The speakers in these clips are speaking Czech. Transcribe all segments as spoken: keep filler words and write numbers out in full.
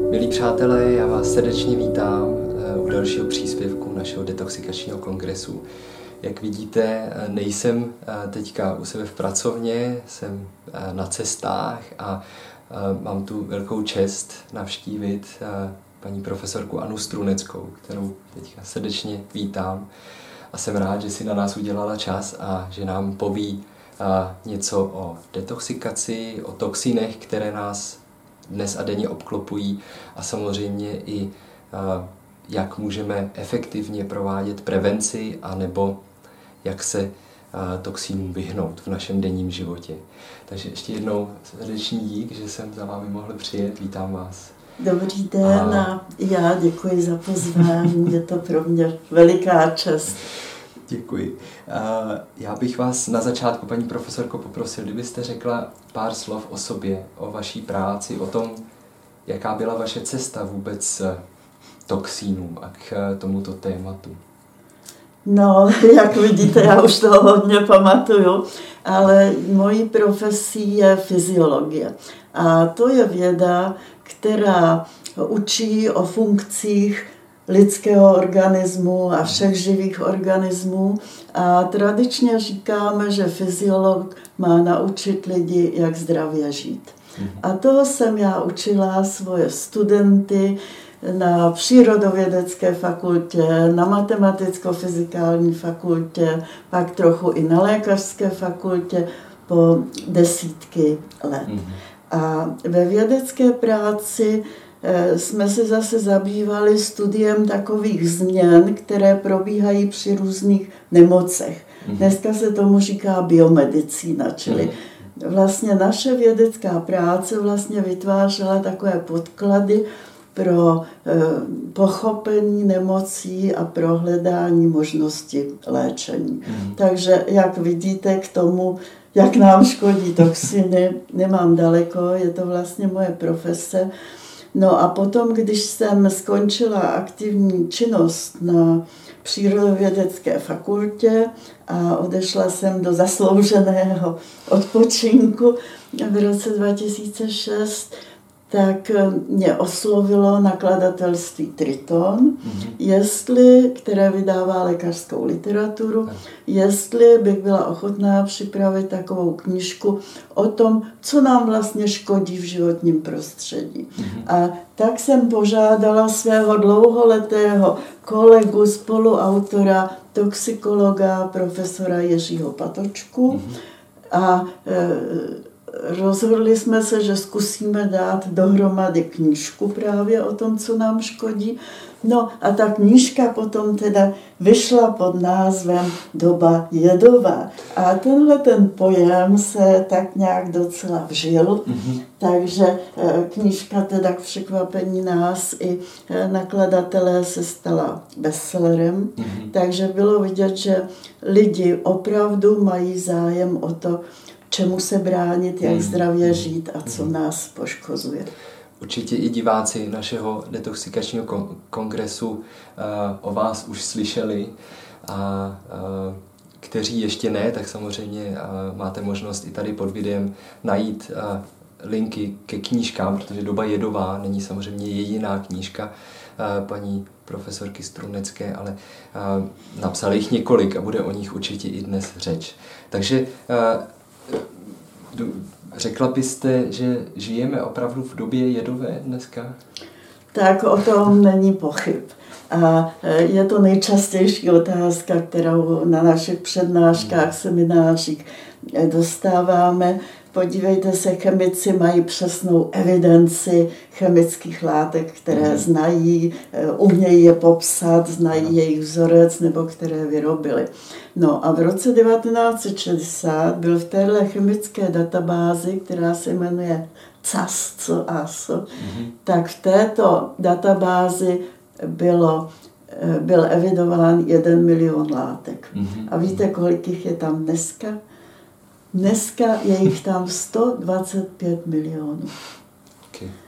Milí přátelé, já vás srdečně vítám u dalšího příspěvku našeho detoxikačního kongresu. Jak vidíte, nejsem teďka u sebe v pracovně, jsem na cestách a mám tu velkou čest navštívit paní profesorku Annu Struneckou, kterou teďka srdečně vítám. A jsem rád, že si na nás udělala čas a že nám poví něco o detoxikaci, o toxinech, které nás dnes a denně obklopují a samozřejmě i jak můžeme efektivně provádět prevenci anebo jak se toxinům vyhnout v našem denním životě. Takže ještě jednou srdečný dík, že jsem za vámi mohl přijet. Vítám vás. Dobrý den a já děkuji za pozvání, je to pro mě veliká čest. Děkuji. Já bych vás na začátku, paní profesorko, poprosil, kdybyste řekla pár slov o sobě, o vaší práci, o tom, jaká byla vaše cesta vůbec toxínům a k tomuto tématu. No, jak vidíte, já už toho hodně pamatuju, ale mojí profesí je fyziologie. A to je věda, která učí o funkcích lidského organismu a všech živých organismů. A tradičně říkáme, že fyziolog má naučit lidi, jak zdravě žít. A toho jsem já učila svoje studenty na přírodovědecké fakultě, na matematicko-fyzikální fakultě, pak trochu i na lékařské fakultě po desítky let. A ve vědecké práci jsme se zase zabývali studiem takových změn, které probíhají při různých nemocech. Dneska se tomu říká biomedicína, čili vlastně naše vědecká práce vlastně vytvářela takové podklady pro pochopení nemocí a pro hledání možnosti léčení. Takže jak vidíte, k tomu, jak nám škodí toxiny, nemám daleko, je to vlastně moje profese. No a potom, když jsem skončila aktivní činnost na přírodovědecké fakultě a odešla jsem do zaslouženého odpočinku v roce dva tisíce šest, tak mě oslovilo nakladatelství Triton, mm-hmm. jestli, které vydává lékařskou literaturu, jestli bych byla ochotná připravit takovou knížku o tom, co nám vlastně škodí v životním prostředí. Mm-hmm. A tak jsem požádala svého dlouholetého kolegu, spoluautora, toxikologa, profesora Jiřího Patočku mm-hmm. a e, rozhodli jsme se, že zkusíme dát dohromady knížku právě o tom, co nám škodí. No a ta knížka potom teda vyšla pod názvem Doba jedová. A tenhle ten pojem se tak nějak docela vžil, mm-hmm. takže knížka teda k překvapení nás i nakladatelé se stala bestsellerem. Mm-hmm. Takže bylo vidět, že lidi opravdu mají zájem o to, čemu se bránit, jak zdravě žít a co nás poškozuje. Určitě i diváci našeho detoxikačního kongresu uh, o vás už slyšeli a uh, kteří ještě ne, tak samozřejmě uh, máte možnost i tady pod videem najít uh, linky ke knížkám, protože Doba jedová není samozřejmě jediná knížka uh, paní profesorky Strunecké, ale uh, napsali jich několik a bude o nich určitě i dnes řeč. Takže uh, řekla byste, že žijeme opravdu v době jedové dneska? Tak o tom není pochyb. A je to nejčastější otázka, kterou na našich přednáškách, seminářích dostáváme. Podívejte se, chemici mají přesnou evidenci chemických látek, které mm. znají, umějí je popsat, znají mm. jejich vzorec nebo které vyrobili. No a v roce devatenáct set šedesát byl v téhle chemické databázi, která se jmenuje C A S, co A S O, mm. tak v této databázi bylo, byl evidován jeden milion látek. Mm. A víte, kolik jich je tam dneska? Dneska je jich tam sto dvacet pět milionů. Okay.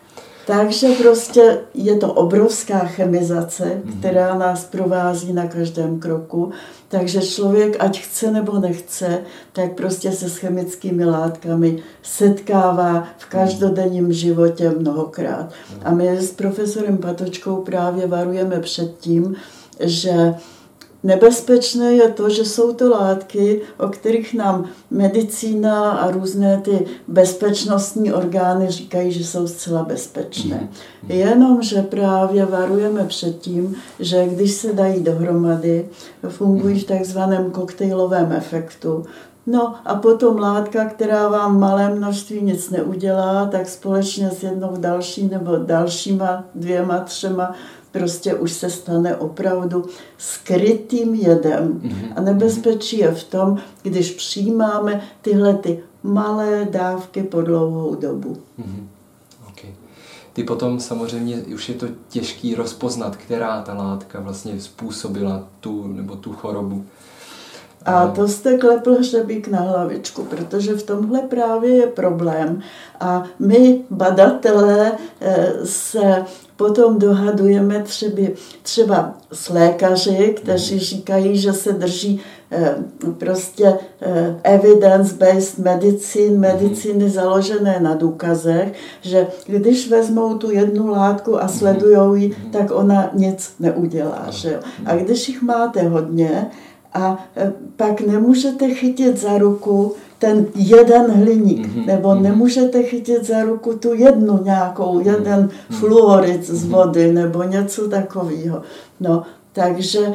Takže prostě je to obrovská chemizace, která nás provází na každém kroku. Takže člověk, ať chce nebo nechce, tak prostě se s chemickými látkami setkává v každodenním životě mnohokrát. A my s profesorem Patočkou právě varujeme před tím, že nebezpečné je to, že jsou to látky, o kterých nám medicína a různé ty bezpečnostní orgány říkají, že jsou zcela bezpečné. Jenomže právě varujeme před tím, že když se dají dohromady, fungují v takzvaném koktejlovém efektu. No a potom látka, která vám v malém množství nic neudělá, tak společně s jednou další nebo dalšíma dvěma, třema prostě už se stane opravdu skrytým jedem. A nebezpečí je v tom, když přijímáme tyhle ty malé dávky po dlouhou dobu. Okay. Ty potom samozřejmě už je to těžký rozpoznat, která ta látka vlastně způsobila tu nebo tu chorobu. A to jste klepl hřebík na hlavičku, protože v tomhle právě je problém. A my, badatelé, se potom dohadujeme třeba, třeba s lékaři, kteří říkají, že se drží prostě evidence-based medicine, medicíny založené na důkazech, že když vezmou tu jednu látku a sledujou ji, tak ona nic neudělá. Že? A když jich máte hodně, a pak nemůžete chytit za ruku ten jeden hliník, mm-hmm. nebo nemůžete chytit za ruku tu jednu nějakou, jeden mm-hmm. fluorid z vody, nebo něco takového. No, takže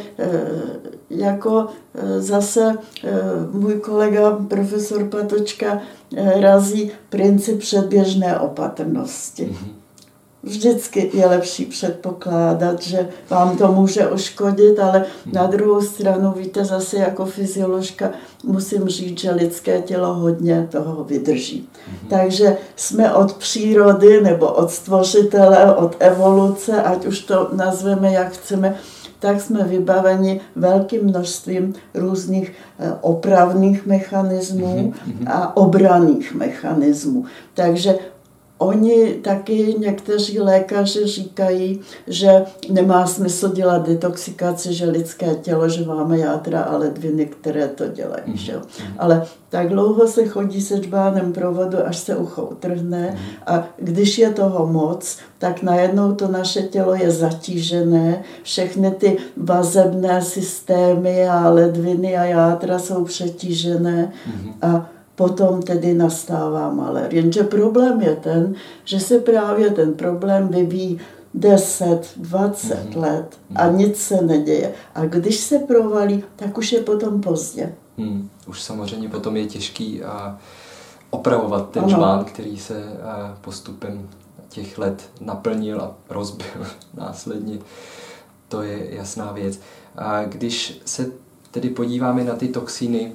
jako zase můj kolega profesor Patočka razí princip předběžné opatrnosti. Mm-hmm. Vždycky je lepší předpokládat, že vám to může uškodit, ale na druhou stranu, víte, zase jako fyzioložka musím říct, že lidské tělo hodně toho vydrží. Mm-hmm. Takže jsme od přírody nebo od stvořitele, od evoluce, ať už to nazveme jak chceme, tak jsme vybaveni velkým množstvím různých opravných mechanismů mm-hmm. a obranných mechanismů. Takže oni taky, někteří lékaři říkají, že nemá smysl dělat detoxikaci, že lidské tělo, že máme játra a ledviny, které to dělají. Mm. Že? Ale tak dlouho se chodí se džbánem provodu, až se ucho utrhne mm. a když je toho moc, tak najednou to naše tělo je zatížené, všechny ty vazebné systémy a ledviny a játra jsou přetížené mm. a potom tedy nastává malér. Jenže problém je ten, že se právě ten problém vyvíjí deset, dvacet mm-hmm. let a nic se neděje. A když se provalí, tak už je potom pozdě. Hmm. Už samozřejmě potom je těžký a opravovat ten žlán, který se postupem těch let naplnil a rozbil následně. To je jasná věc. A když se tedy podíváme na ty toxiny,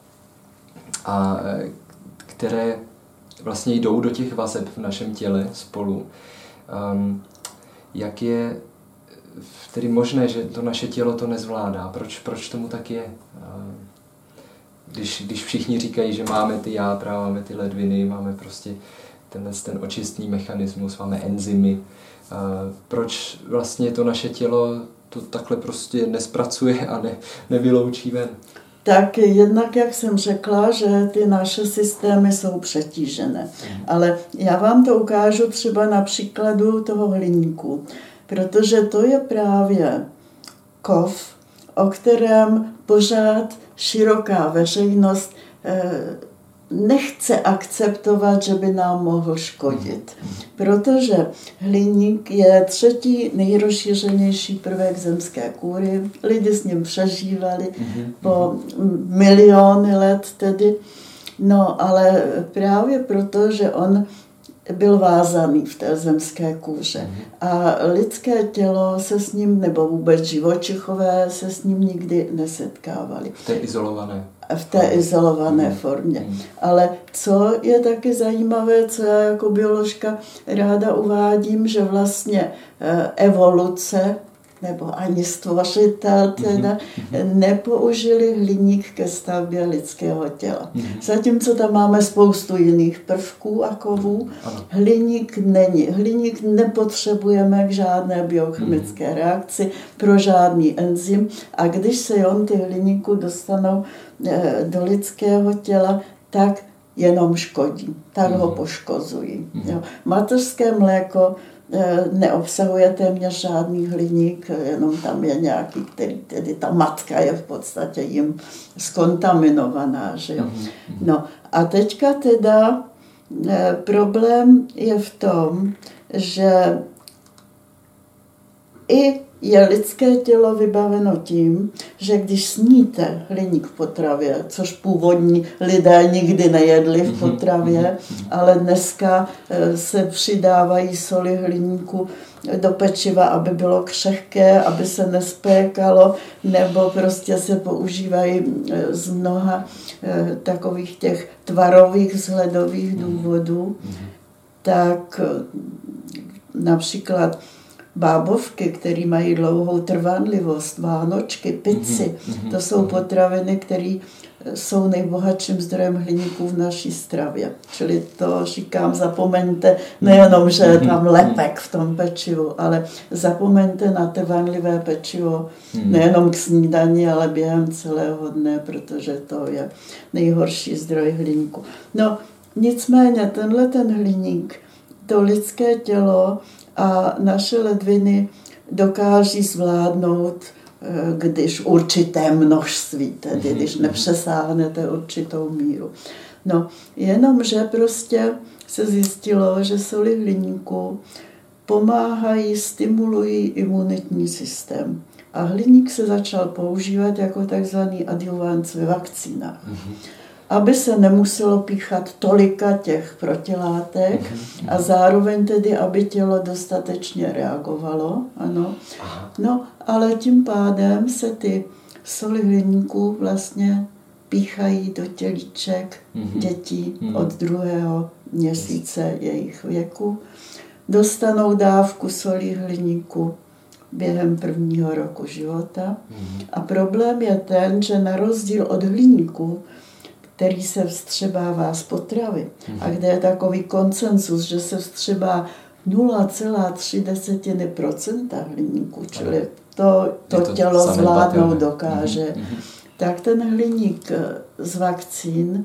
a které vlastně jdou do těch vazeb v našem těle spolu. Um, jak je tedy možné, že to naše tělo to nezvládá? Proč, proč tomu tak je? Um, když, když všichni říkají, že máme ty játra, máme ty ledviny, máme prostě tenhle ten očistný mechanismus, máme enzymy. Uh, proč vlastně to naše tělo to takhle prostě nespracuje a ne, nevyloučí ven? Tak jednak, jak jsem řekla, že ty naše systémy jsou přetížené. Mm. Ale já vám to ukážu třeba na příkladu toho hliníku, protože to je právě kov, o kterém pořád široká veřejnost eh, nechce akceptovat, že by nám mohl škodit. Protože hliník je třetí nejrozšířenější prvek zemské kůry. Lidi s ním přežívali po miliony let tedy. No ale právě proto, že on byl vázaný v té zemské kůře. A lidské tělo se s ním, nebo vůbec živočichové se s ním nikdy nesetkávali. V té izolované. V té izolované formě. Ale co je taky zajímavé, co já jako bioložka ráda uvádím, že vlastně evoluce nebo ani stvořitel teda, nepoužili hliník ke stavbě lidského těla. Zatímco tam máme spoustu jiných prvků a kovů, hliník není. Hliník nepotřebujeme k žádné biochemické reakci pro žádný enzym a když se jon ty hliníku dostanou do lidského těla, tak jenom škodí, tak ho poškozují. Jo. Mateřské mléko neobsahuje téměř žádný hliník, jenom tam je nějaký, který tedy ta matka je v podstatě jim skontaminovaná. Že jo? No a teďka teda problém je v tom, že i je lidské tělo vybaveno tím, že když sníte hliník v potravě, což původní lidé nikdy nejedli v potravě, ale dneska se přidávají soli hliníku do pečiva, aby bylo křehké, aby se nespékalo, nebo prostě se používají z mnoha takových těch tvarových vzhledových důvodů, tak například bábovky, které mají dlouhou trvanlivost, vánočky, pici, to jsou potraviny, které jsou nejbohatším zdrojem hliníků v naší stravě. Čili to říkám, zapomeňte nejenom, že je tam lepek v tom pečivu, ale zapomeňte na trvanlivé pečivo nejenom k snídani, ale během celého dne, protože to je nejhorší zdroj hliníku. No, nicméně tenhle ten hliník, to lidské tělo a naše ledviny dokáží zvládnout, když určité množství, tedy když nepřesáhnete určitou míru. No, jenomže prostě se zjistilo, že soli hliníku pomáhají, stimulují imunitní systém. A hliník se začal používat jako takzvaný adjuvans ve vakcínách. Aby se nemuselo píchat tolika těch protilátek a zároveň tedy, aby tělo dostatečně reagovalo. Ano. No, ale tím pádem se ty soli hliníku vlastně píchají do tělíček dětí od druhého měsíce jejich věku. Dostanou dávku soli hliníku během prvního roku života. A problém je ten, že na rozdíl od hliníku, který se vstřebává z potravy a kde je takový konsenzus, že se vstřebá nula celá tři procenta hliníku, čili to, to, to tělo zvládnout dokáže, mm-hmm. tak ten hliník z vakcín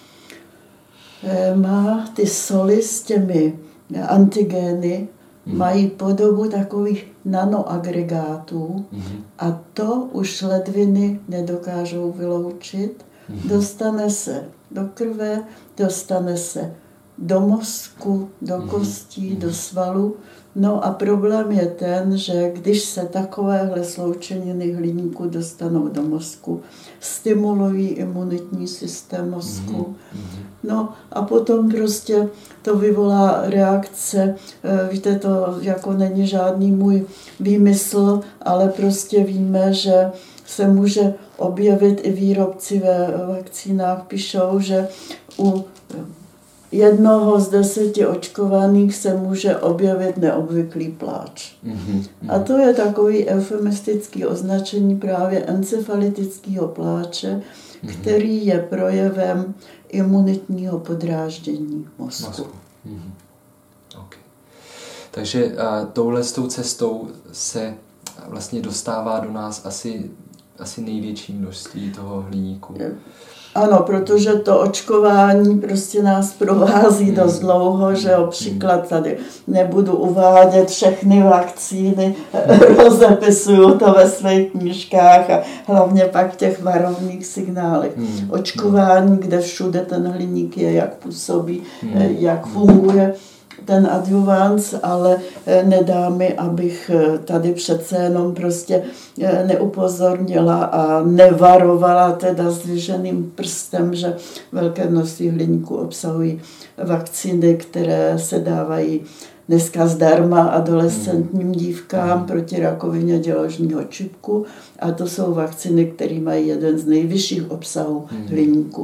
má ty soli s těmi antigény, mm. mají podobu takových nanoagregátů mm-hmm. a to už ledviny nedokážou vyloučit. Dostane se do krve, dostane se do mozku, do kostí, do svalu. No a problém je ten, že když se takovéhle sloučeniny hliníku dostanou do mozku, stimulují imunitní systém mozku. No a potom prostě to vyvolá reakce. Víte, to jako není žádný můj výmysl, ale prostě víme, že se může objevit, i výrobci ve vakcínách píšou, že u jednoho z deseti očkovaných se může objevit neobvyklý pláč. Mm-hmm. A to je takový eufemistický označení právě encefalitického pláče, mm-hmm. který je projevem imunitního podráždění mozku. mozku. Mm-hmm. Okay. Takže uh, touhle s tou cestou se vlastně dostává do nás asi asi největší množství toho hliníku. Ano, protože to očkování prostě nás provází hmm. dost dlouho, že o příklad tady nebudu uvádět všechny vakcíny, rozepisuju to ve svých knížkách a hlavně pak v těch varovných signálech. Hmm. Očkování, kde všude ten hliník je, jak působí, hmm. jak funguje ten adjuvans, ale nedá mi, abych tady přece jenom prostě neupozornila a nevarovala teda zdviženým prstem, že velké množství hliníku obsahují vakcíny, které se dávají dneska zdarma adolescentním dívkám mm. proti rakovině děložního čipku a to jsou vakcíny, které mají jeden z nejvyšších obsahů mm. hliníku.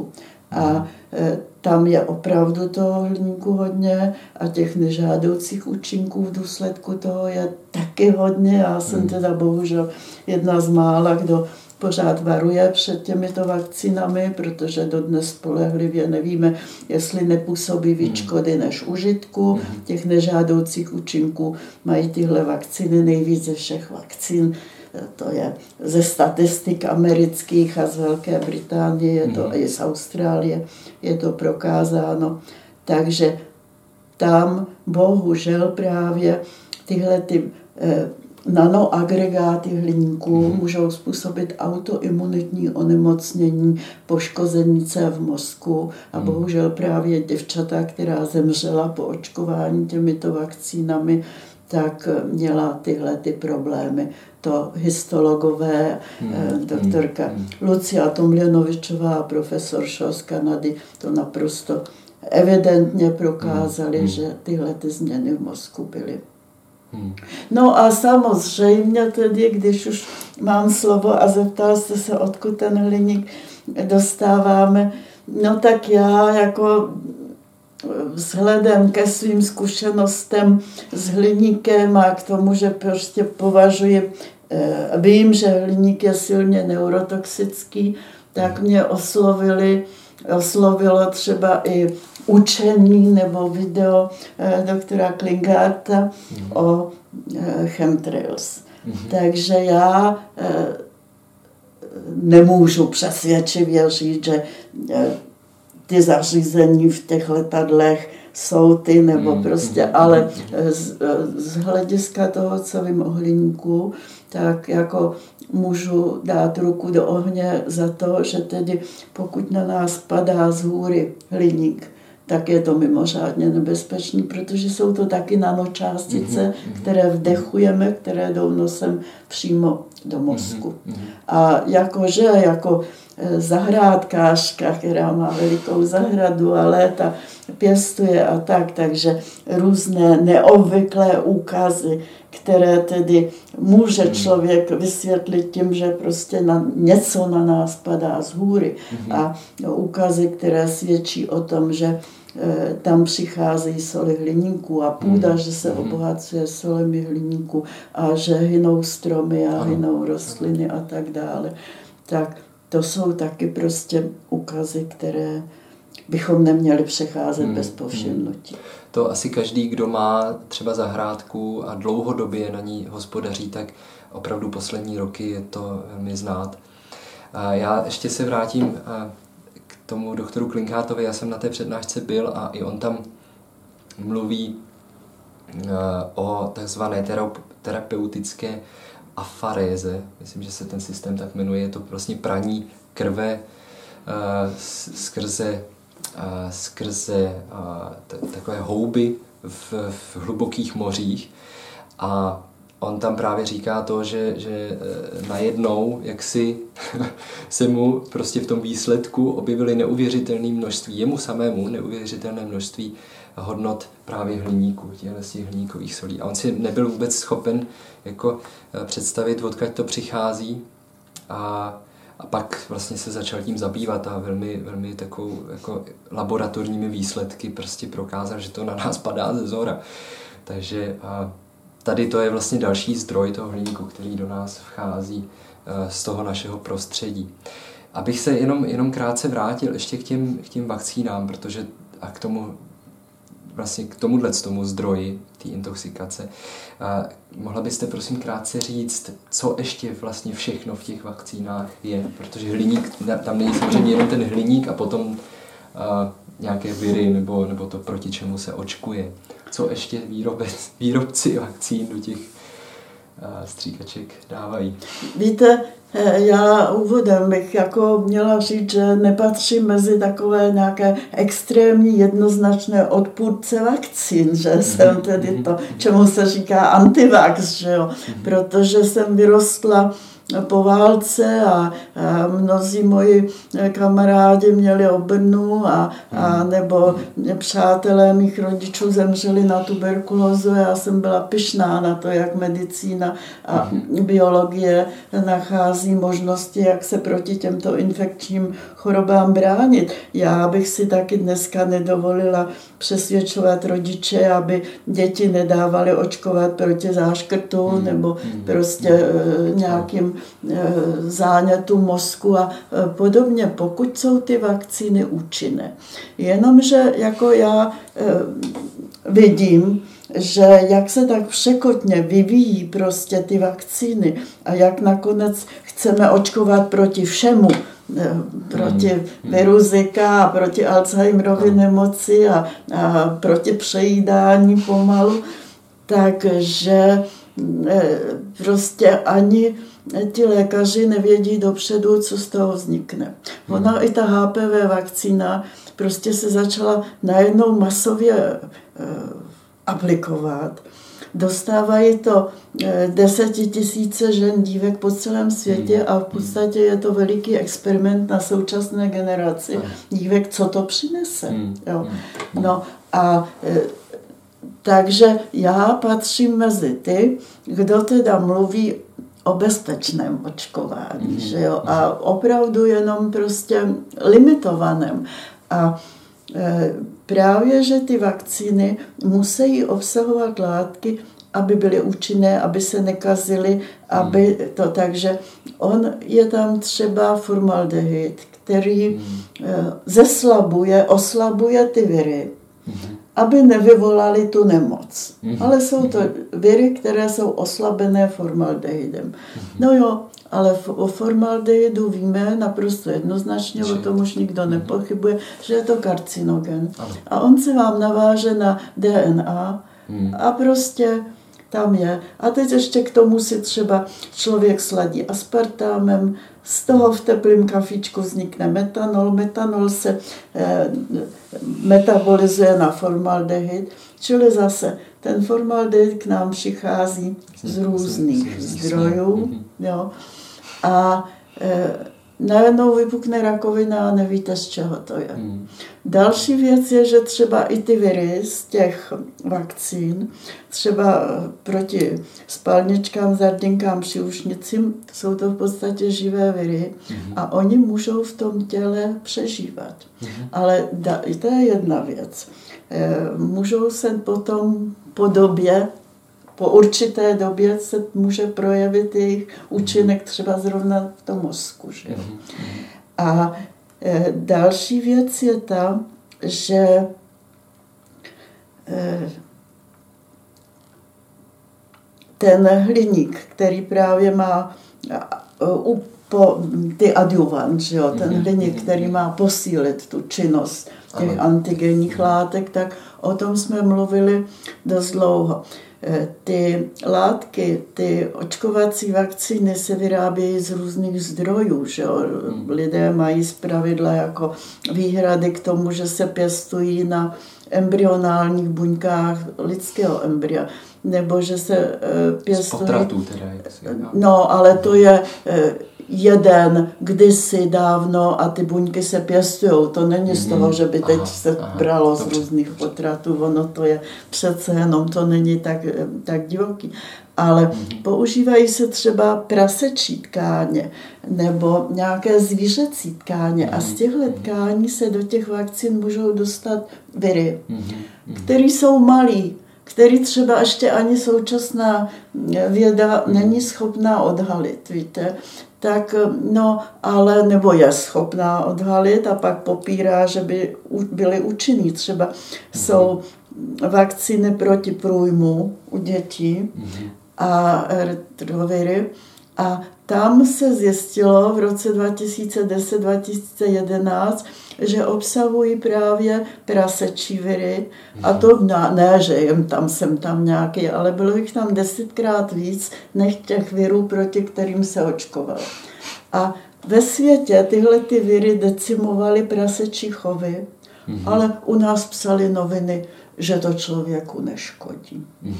A tam je opravdu toho hliníku hodně a těch nežádoucích účinků v důsledku toho je taky hodně. Já jsem teda bohužel jedna z mála, kdo pořád varuje před těmito vakcínami, protože dodnes spolehlivě nevíme, jestli nepůsobí víc škody než užitku. Těch nežádoucích účinků mají tyhle vakcíny nejvíc ze všech vakcín. To je ze statistik amerických a z Velké Británie, je to i z Austrálie, je to prokázáno. Takže tam bohužel právě tyhle ty eh, nanoagregáty hliníků mm. můžou způsobit autoimunitní onemocnění, poškození cév v mozku a bohužel právě děvčata, která zemřela po očkování těmito vakcínami, tak měla tyhle ty problémy. To histologové, mm. doktorka mm. Lucia Tomljanovičová a profesor Shaw z Kanady to naprosto evidentně prokázali, mm. že tyhle ty změny v mozku byly. Hmm. No a samozřejmě tedy, když už mám slovo a zeptal jste se, odkud ten hliník dostáváme, no tak já jako vzhledem ke svým zkušenostem s hliníkem a k tomu, že prostě považuji, vím, že hliník je silně neurotoxický, tak mě oslovili, oslovilo třeba i učení nebo video eh, doktora Klingarta mm. o eh, chemtrails. Mm. Takže já eh, nemůžu přesvědčivě říct, že eh, ty zařízení v těch letadlech jsou ty, nebo mm. prostě, mm. ale z, z hlediska toho, co vím o hliníku, tak jako můžu dát ruku do ohně za to, že tedy pokud na nás padá z hůry hliník, tak je to mimořádně nebezpečné, protože jsou to taky nanočástice, mm-hmm. které vdechujeme, které jdou nosem přímo do mozku. Mm-hmm. A jakože jako zahrádkářka, která má velikou zahradu a léta pěstuje a tak, takže různé neobvyklé úkazy, které tedy může člověk vysvětlit tím, že prostě na, něco na nás padá z hůry. Mm-hmm. A úkazy, které svědčí o tom, že e, tam přicházejí soli hliníku a půda, mm-hmm. že se obohacuje solemi hliníku a že hynou stromy a hynou rostliny a tak dále. Tak to jsou taky prostě úkazy, které bychom neměli přecházet hmm. bez povšimnutí. To asi každý, kdo má třeba zahrádku a dlouhodobě na ní hospodaří, tak opravdu poslední roky je to velmi znát. A já ještě se vrátím k tomu doktoru Klinghártovi. Já jsem na té přednášce byl a i on tam mluví o takzvané terapeutické afaréze. Myslím, že se ten systém tak jmenuje. Je to vlastně praní krve uh, skrze, uh, skrze uh, t- takové houby v, v hlubokých mořích. A on tam právě říká to, že, že najednou jaksi se mu prostě v tom výsledku objevily neuvěřitelné množství, jemu samému neuvěřitelné množství hodnot právě hliníku, těchto z těch hliníkových solí. A on si nebyl vůbec schopen jako představit, odkud to přichází. A, a pak vlastně se začal tím zabývat a velmi, velmi takovou jako laboratorními výsledky prostě prokázal, že to na nás padá ze zhora. Takže a tady to je vlastně další zdroj toho hliníku, který do nás vchází z toho našeho prostředí. Abych se jenom, jenom krátce vrátil ještě k těm, k těm vakcínám, protože a k tomu vlastně k tomuhle tomu zdroji té intoxikace. A mohla byste prosím krátce říct, co ještě vlastně všechno v těch vakcínách je, protože hliník, tam není samozřejmě jenom ten hliník a potom a, nějaké viry nebo, nebo to, proti čemu se očkuje. Co ještě výrobec, výrobci vakcín do těch a, stříkaček dávají? Víte, já úvodem bych jako měla říct, že nepatřím mezi takové nějaké extrémní jednoznačné odpůrce vakcín, že mm-hmm. jsem tedy to, čemu se říká antivax, že jo? Mm-hmm. Protože jsem vyrostla po válce a, a mnozí moji kamarádi měli obrnu a, a nebo přátelé mých rodičů zemřeli na tuberkulózu. Já jsem byla pyšná na to, jak medicína a biologie nachází možnosti, jak se proti těmto infekčním chorobám bránit. Já bych si taky dneska nedovolila přesvědčovat rodiče, aby děti nedávali očkovat proti záškrtu nebo prostě nějakým zánětům mozku a podobně, pokud jsou ty vakcíny účinné. Jenomže jako já vidím, že jak se tak překotně vyvíjí prostě ty vakcíny a jak nakonec chceme očkovat proti všemu, proti viru Zika, proti Alzheimerově nemoci a, a proti přejídání pomalu, takže prostě ani ti lékaři nevědí dopředu, co z toho vznikne. Ona i ta H P V vakcína prostě se začala najednou masově aplikovat. Dostávají to desetitisíce žen, dívek po celém světě a v podstatě je to veliký experiment na současné generaci dívek, co to přinese. Jo. No a takže já patřím mezi ty, kdo teda mluví o bezpečném očkování, že jo, a opravdu jenom prostě limitovaném. A e, právě, že ty vakcíny musí obsahovat látky, aby byly účinné, aby se nekazily, aby to, takže on je tam třeba formaldehyd, který e, zeslabuje, oslabuje ty viry, aby nevyvolali tu nemoc. Ale jsou to viry, které jsou oslabené formaldehydem. No jo, ale o formaldehydu víme naprosto jednoznačně, o tom už nikdo nepochybuje, že je to karcinogen. A on se vám naváže na D N A a prostě tam je. A teď ještě k tomu si třeba člověk sladí aspartámem, z toho v teplém kafičku vznikne metanol. Metanol se eh, metabolizuje na formaldehyd, čili zase ten formaldehyd k nám přichází z různých zdrojů. Jo. A eh, najednou vypukne rakovina a nevíte, z čeho to je. Hmm. Další věc je, že třeba i ty viry z těch vakcín, třeba proti spalničkám, zardinkám, příušnicím, jsou to v podstatě živé viry hmm. a oni můžou v tom těle přežívat. Hmm. Ale da, to je jedna věc. E, můžou se potom po době Po určité době se může projevit jejich účinek třeba zrovna v tom mozku. Že? A e, další věc je ta, že e, ten hliník, který právě má u, po, ty adjuvant, že jo? Ten hliník, který má posílit tu činnost těch antigenních látek, tak o tom jsme mluvili dost dlouho. Ty látky, ty očkovací vakcíny se vyrábějí z různých zdrojů. Že jo? Lidé mají zpravidla jako výhrady k tomu, že se pěstují na embryonálních buňkách lidského embrya, nebo že se pěstují... Z potratů teda. No, ale to je jeden kdysi dávno a ty buňky se pěstujou. To není z toho, že by teď aha, se aha, bralo z různých potratů. Ono to je přece jenom, to není tak, tak divoký. Ale mm-hmm. používají se třeba prasečí tkáně nebo nějaké zvířecí tkáně mm-hmm. a z těchto tkání se do těch vakcín můžou dostat viry, mm-hmm. které jsou malý, který třeba ještě ani současná věda není schopná odhalit, víte. Tak no, ale nebo je schopná odhalit a pak popírá, že by byly účinný. Třeba jsou vakcíny proti průjmu u dětí a retroviry a tam se zjistilo v roce dva tisíce deset dva tisíce jedenáct, že obsahují právě prasečí viry a to ne, že jen tam jsem tam nějaký, ale bylo jich tam desetkrát víc než těch virů, proti kterým se očkovalo. A ve světě tyhle ty viry decimovaly prasečí chovy, mm-hmm. ale u nás psali noviny, že to člověku neškodí. Mm-hmm.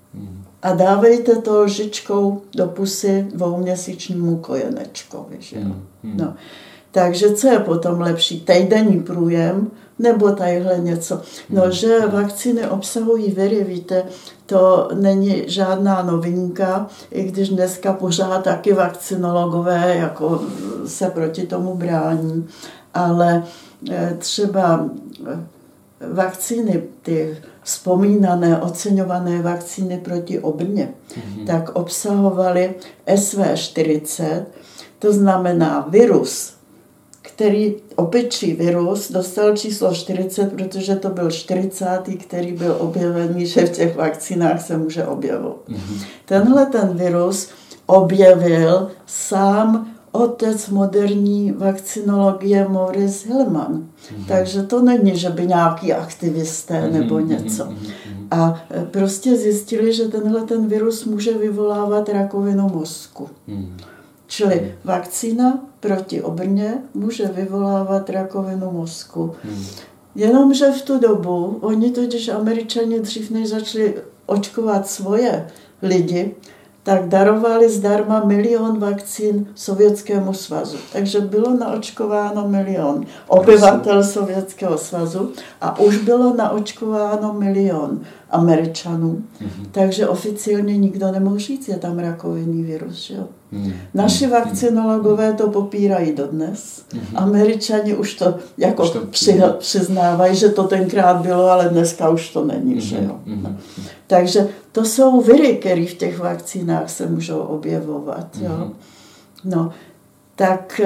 A dávejte to lžičkou do pusy dvouměsíčnímu kojenečkovi. Že? No. Takže co je potom lepší? Týdenní průjem nebo tadyhle něco? No, že vakcíny obsahují viry, víte, to není žádná novinka, i když dneska pořád taky vakcinologové jako se proti tomu brání, ale třeba vakcíny, ty vzpomínané, oceňované vakcíny proti obrně, mm-hmm. tak obsahovaly S V čtyřicet, to znamená virus, který, opičí virus, dostal číslo čtyřicet, protože to byl čtyřicátý, který byl objevený, že v těch vakcínách se může objevovat. Mm-hmm. Tenhle ten virus objevil sám otec moderní vakcinologie Maurice Hilleman. Mm-hmm. Takže to není, že by nějaký aktivisté mm-hmm. nebo něco. Mm-hmm. A prostě zjistili, že tenhle ten virus může vyvolávat rakovinu mozku. Mm-hmm. Čili vakcína proti obrně může vyvolávat rakovinu mozku. Hmm. Jenomže v tu dobu, oni totiž Američani dřív než začali očkovat svoje lidi, tak darovali zdarma milion vakcín Sovětskému svazu. Takže bylo naočkováno milion obyvatel Sovětského svazu a už bylo naočkováno milion Američanů. Mm-hmm. Takže oficiálně nikdo nemohl říct, je tam rakovinný virus. Že jo? Mm-hmm. Naši vakcinologové to popírají dodnes. Mm-hmm. Američani už to jako už to při, přiznávají, že to tenkrát bylo, ale dneska už to není. Mm-hmm. Že jo? Mm-hmm. Takže to jsou viry, které v těch vakcínách se můžou objevovat. Jo? Mm-hmm. No, tak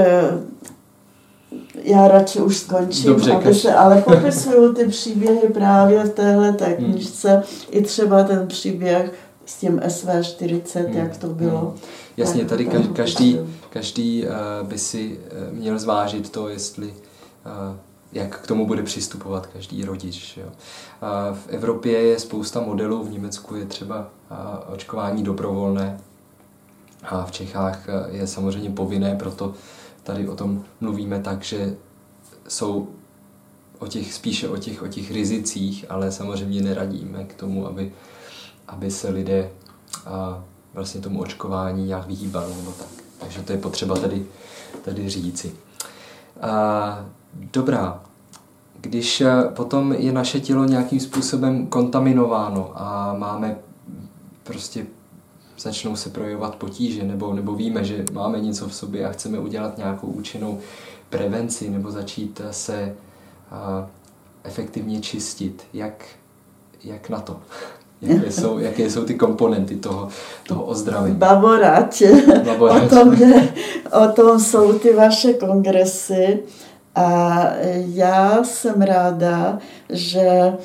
já radši už skončím, Dobře, aby se, ale popisuju ty příběhy právě v téhle té knížce, hmm. i třeba ten příběh s tím S V čtyřicet, hmm. jak to bylo. Hmm. Jasně, tady každý, každý uh, by si uh, měl zvážit to, jestli, uh, jak k tomu bude přistupovat každý rodič. Jo. Uh, v Evropě je spousta modelů, v Německu je třeba uh, očkování dobrovolné a v Čechách uh, je samozřejmě povinné, proto tady o tom mluvíme tak, že jsou o těch, spíše o těch, o těch rizicích, ale samozřejmě neradíme k tomu, aby, aby se lidé a, vlastně tomu očkování nějak vyhýbali nebo tak. Takže to je potřeba tady, tady říci. A, dobrá, když potom je naše tělo nějakým způsobem kontaminováno a máme prostě začnou se projevovat potíže, nebo, nebo víme, že máme něco v sobě a chceme udělat nějakou účinnou prevenci nebo začít se a, efektivně čistit. Jak, jak na to? Jaké jsou, jaké jsou ty komponenty toho, toho ozdravení? Baboráč. O tom, o tom jsou ty vaše kongresy. A já jsem ráda, že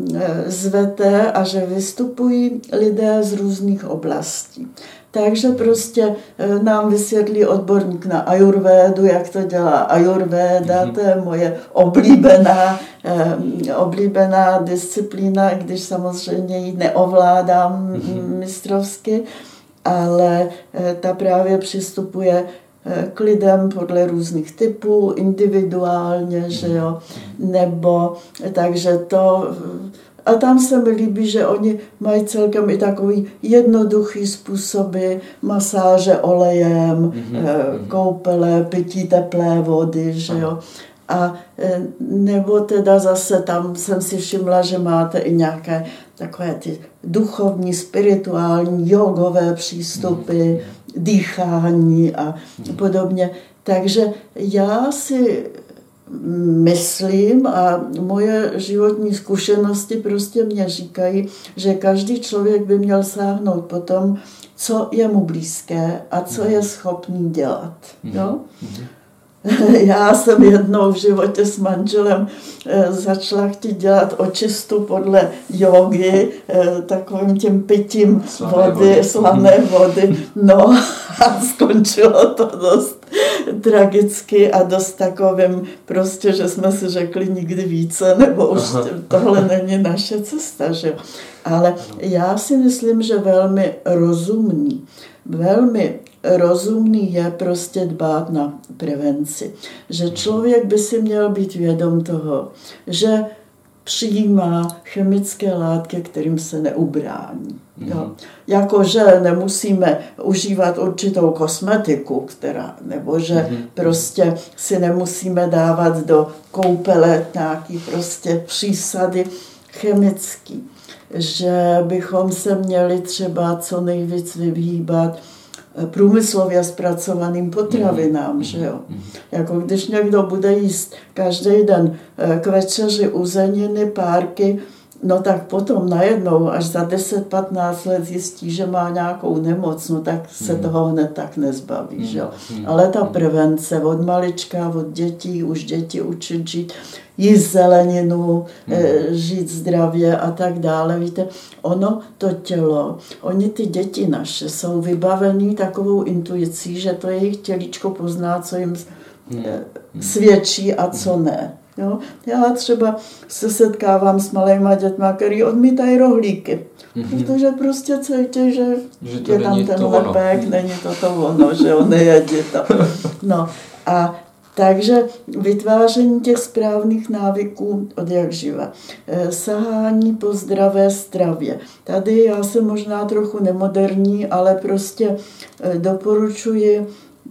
zvete a že vystupují lidé z různých oblastí. Takže prostě nám vysvětlí odborník na ajurvédu, jak to dělá ajurvéda, to je moje oblíbená, oblíbená disciplína, když samozřejmě ji neovládám mistrovsky, ale ta právě přistupuje k lidem podle různých typů, individuálně, že jo, nebo takže to, a tam se mi líbí, že oni mají celkem i takový jednoduchý způsoby, masáže olejem, mm-hmm. koupele, pití teplé vody, že jo. A nebo teda zase tam jsem si všimla, že máte i nějaké takové ty duchovní, spirituální, jogové přístupy, dýchání a podobně. Takže já si myslím a moje životní zkušenosti prostě mě říkají, že každý člověk by měl sáhnout po tom, co je mu blízké a co je schopný dělat. Jo? Já jsem jednou v životě s manželem začala chtít dělat očistu podle jógy, takovým tím pitím slané vody, vody. slané vody. No a skončilo to dost tragicky a dost takovým prostě, že jsme si řekli nikdy více, nebo už tohle není naše cesta, že? Ale já si myslím, že velmi rozumný, velmi rozumný je prostě dbát na prevenci. Že člověk by si měl být vědom toho, že přijímá chemické látky, kterým se neubrání. Jo. Jakože nemusíme užívat určitou kosmetiku, která, nebo že mm-hmm. prostě si nemusíme dávat do koupele nějaký prostě přísady chemický. Že bychom se měli třeba co nejvíc vyhýbat průmyslově zpracovaným potravinám, mm-hmm. že jo. Jako když někdo bude jíst každý den k večeři uzeniny, párky, no tak potom najednou, až za deset patnáct let zjistí, že má nějakou nemoc, no tak se mm. toho hned tak nezbaví, mm. že jo. Mm. Ale ta prevence od malička, od dětí, už děti učit žít, jíst zeleninu, mm. žít zdravě a tak dále. Víte, ono, to tělo, oni ty děti naše jsou vybavený takovou intuicí, že to jejich tělíčko pozná, co jim mm. svědčí a co ne. Jo? Já třeba se setkávám s malejma dětma, který odmítají rohlíky, mm-hmm. protože prostě cítí, že, že je tam ten lepek, není to to ono, že on nejedí to. No a takže vytváření těch správných návyků od jak živa. Sahání po zdravé stravě. Tady já jsem možná trochu nemoderní, ale prostě doporučuji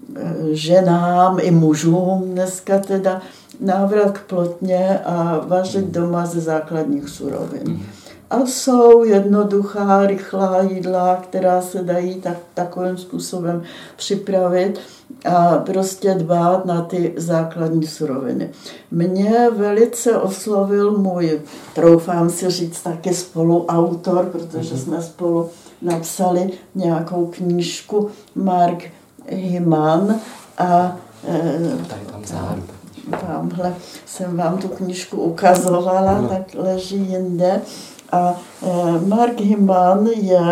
ženám i mužům dneska teda návrat k plotně a vařit doma ze základních surovin. A jsou jednoduchá, rychlá jídla, která se dají tak, takovým způsobem připravit a prostě dbát na ty základní suroviny. Mě velice oslovil můj, troufám si říct, taky spoluautor, protože jsme spolu napsali nějakou knížku, Mark Hyman a tady tam záru. Tamhle jsem vám tu knížku ukazovala, no. Tak leží jinde. A Mark Hyman je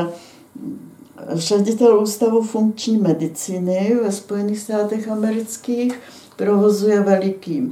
ředitel Ústavu funkční medicíny ve Spojených státech amerických, provozuje veliký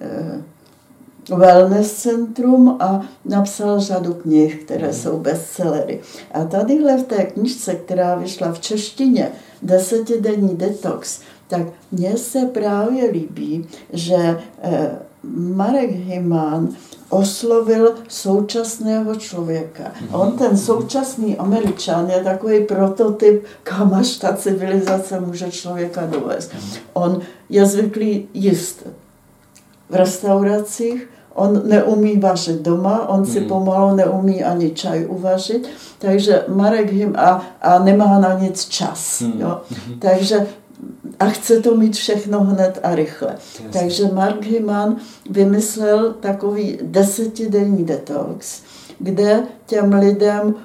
wellness centrum a napsal řadu knih, které jsou bestsellery. A tadyhle v té knížce, která vyšla v češtině, Desetidenní detox, tak mně se právě líbí, že Marek Hyman oslovil současného člověka. On, ten současný Američan, je takový prototyp, kam až ta civilizace může člověka dovést. On je zvyklý jíst v restauracích, on neumí vařit doma, on si pomalu neumí ani čaj uvařit, takže Marek Hyman a, a nemá na nic čas. Jo? Takže a chce to mít všechno hned a rychle. Jasně. Takže Mark Hyman vymyslel takový desetidenní detox, kde těm lidem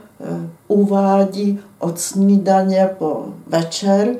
uvádí od snídaně po večer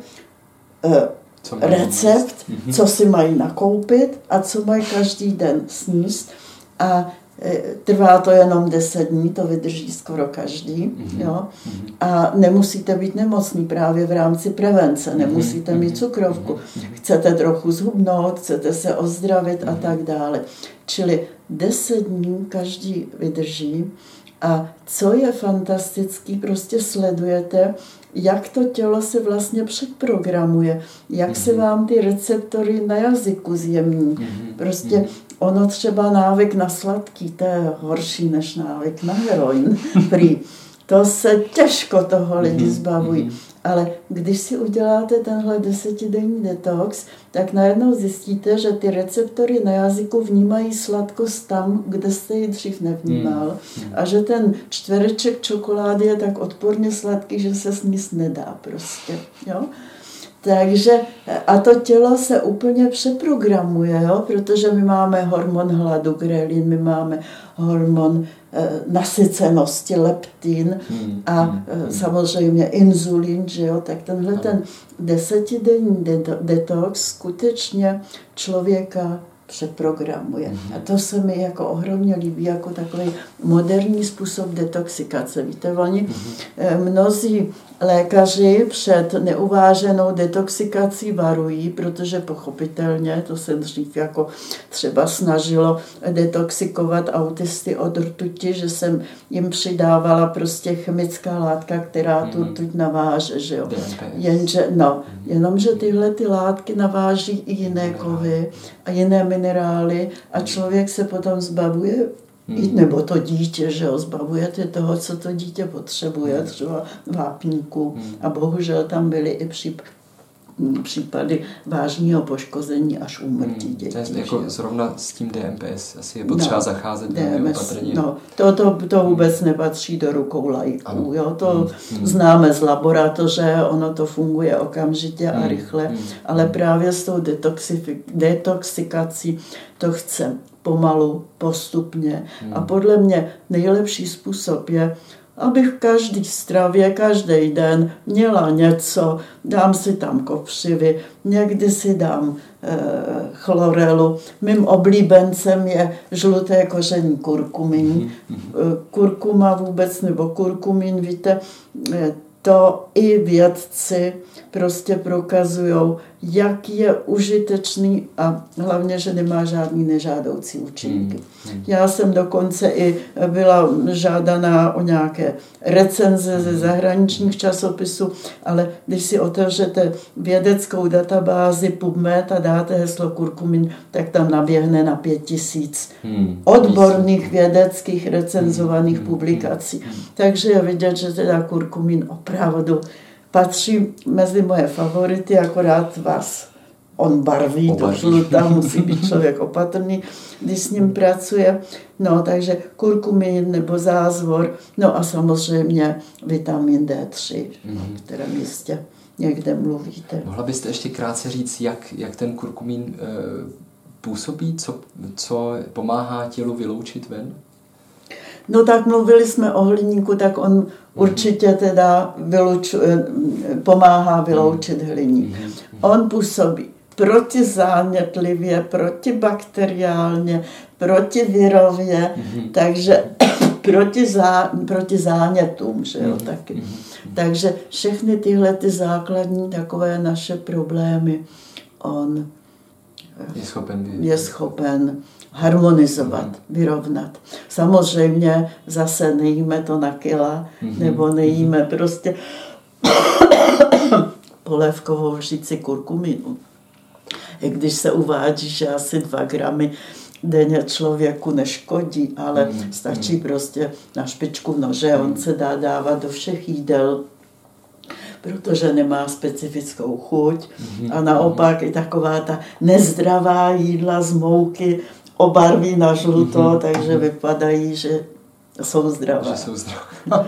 co recept, jíst? Co si mají nakoupit a co mají každý den sníst. A trvá to jenom deset dní, to vydrží skoro každý. Mm-hmm. Jo? A nemusíte být nemocný právě v rámci prevence, nemusíte mm-hmm. mít cukrovku. Mm-hmm. Chcete trochu zhubnout, chcete se ozdravit mm-hmm. a tak dále. Čili deset dní každý vydrží. A co je fantastický, prostě sledujete, jak to tělo se vlastně předprogramuje, jak se vám ty receptory na jazyku zjemní. Prostě ono třeba návyk na sladký, to je horší než návyk na heroin. Prý. To se těžko toho lidi zbavují. Ale když si uděláte tenhle desetidenní detox, tak najednou zjistíte, že ty receptory na jazyku vnímají sladkost tam, kde jste ji dřív nevnímal. A že ten čtvereček čokolády je tak odporně sladký, že se sníst nedá prostě. Jo? Takže a to tělo se úplně přeprogramuje, jo? Protože my máme hormon hladu, grelin, my máme hormon e, nasycenosti, leptin a hmm, e, samozřejmě inzulin, že jo? Tak tenhle no. ten desetidenní detox skutečně člověka přeprogramuje. Mm-hmm. A to se mi jako ohromně líbí, jako takový moderní způsob detoxikace. Víte, oni mm-hmm. mnozí lékaři před neuváženou detoxikací varují, protože pochopitelně, to se dřív jako třeba snažilo detoxikovat autisty od rtuti, že jsem jim přidávala prostě chemická látka, která tu rtuť naváže, že jo. Jenže, no, jenomže tyhle ty látky naváží i jiné kovy a jiné minerály a člověk se potom zbavuje Hmm. Nebo to dítě, že ho zbavujete toho, co to dítě potřebuje, třeba vápníku. Hmm. A bohužel tam byly i příp, případy vážného poškození až úmrtí dětí. To je jako zrovna s tím D M P S asi je potřeba no, zacházet velmi opatrně. No, to, to, to vůbec nepatří do rukou laiků. Jo? To hmm. známe z laboratoře, ono to funguje okamžitě a rychle, hmm. ale právě s tou detoxikací to chce pomalu, postupně. Hmm. A podle mě nejlepší způsob je, abych v každý stravě, každý den měla něco, dám si tam kopřivy, někdy si dám e, chlorelu. Mým oblíbencem je žluté koření kurkumin. Kurkuma vůbec, nebo kurkumin, víte, to i vědci prostě prokazují, jak je užitečný a hlavně, že nemá žádný nežádoucí účinky. Hmm. Já jsem dokonce i byla žádaná o nějaké recenze ze zahraničních časopisů, ale když si otevřete vědeckou databázi PubMed a dáte heslo kurkumin, tak tam naběhne na pět tisíc hmm. odborných vědeckých recenzovaných hmm. publikací. Hmm. Takže je vidět, že teda kurkumin opravdu patří mezi moje favority, akorát vás on barví, to žlutá, musí být člověk opatrný, když s ním pracuje. No, takže kurkumin nebo zázvor, no a samozřejmě vitamin D tři, mm-hmm. o kterém jistě někde mluvíte. Mohla byste ještě krátce říct, jak, jak ten kurkumin e, působí, co, co pomáhá tělu vyloučit ven? No tak mluvili jsme o hliníku, tak on určitě teda vylučuje, pomáhá vyloučit hliník. On působí protizánětlivě, protibakteriálně, protivirově, takže proti, zá, proti zánětům, že jo, taky. Takže všechny tyhle ty základní takové naše problémy on je schopen, je schopen harmonizovat, vyrovnat. Samozřejmě zase nejíme to na kila, mm-hmm. nebo nejíme prostě polévkovou lžíci kurkuminu. I když se uvádí, že asi dva gramy denně člověku neškodí, ale mm-hmm. stačí prostě na špičku nože, on se dá dávat do všech jídel, protože nemá specifickou chuť. Mm-hmm. A naopak i taková ta nezdravá jídla z mouky obarví na žluto, mm-hmm. takže vypadají, že jsou zdravá. Že jsou zdravá.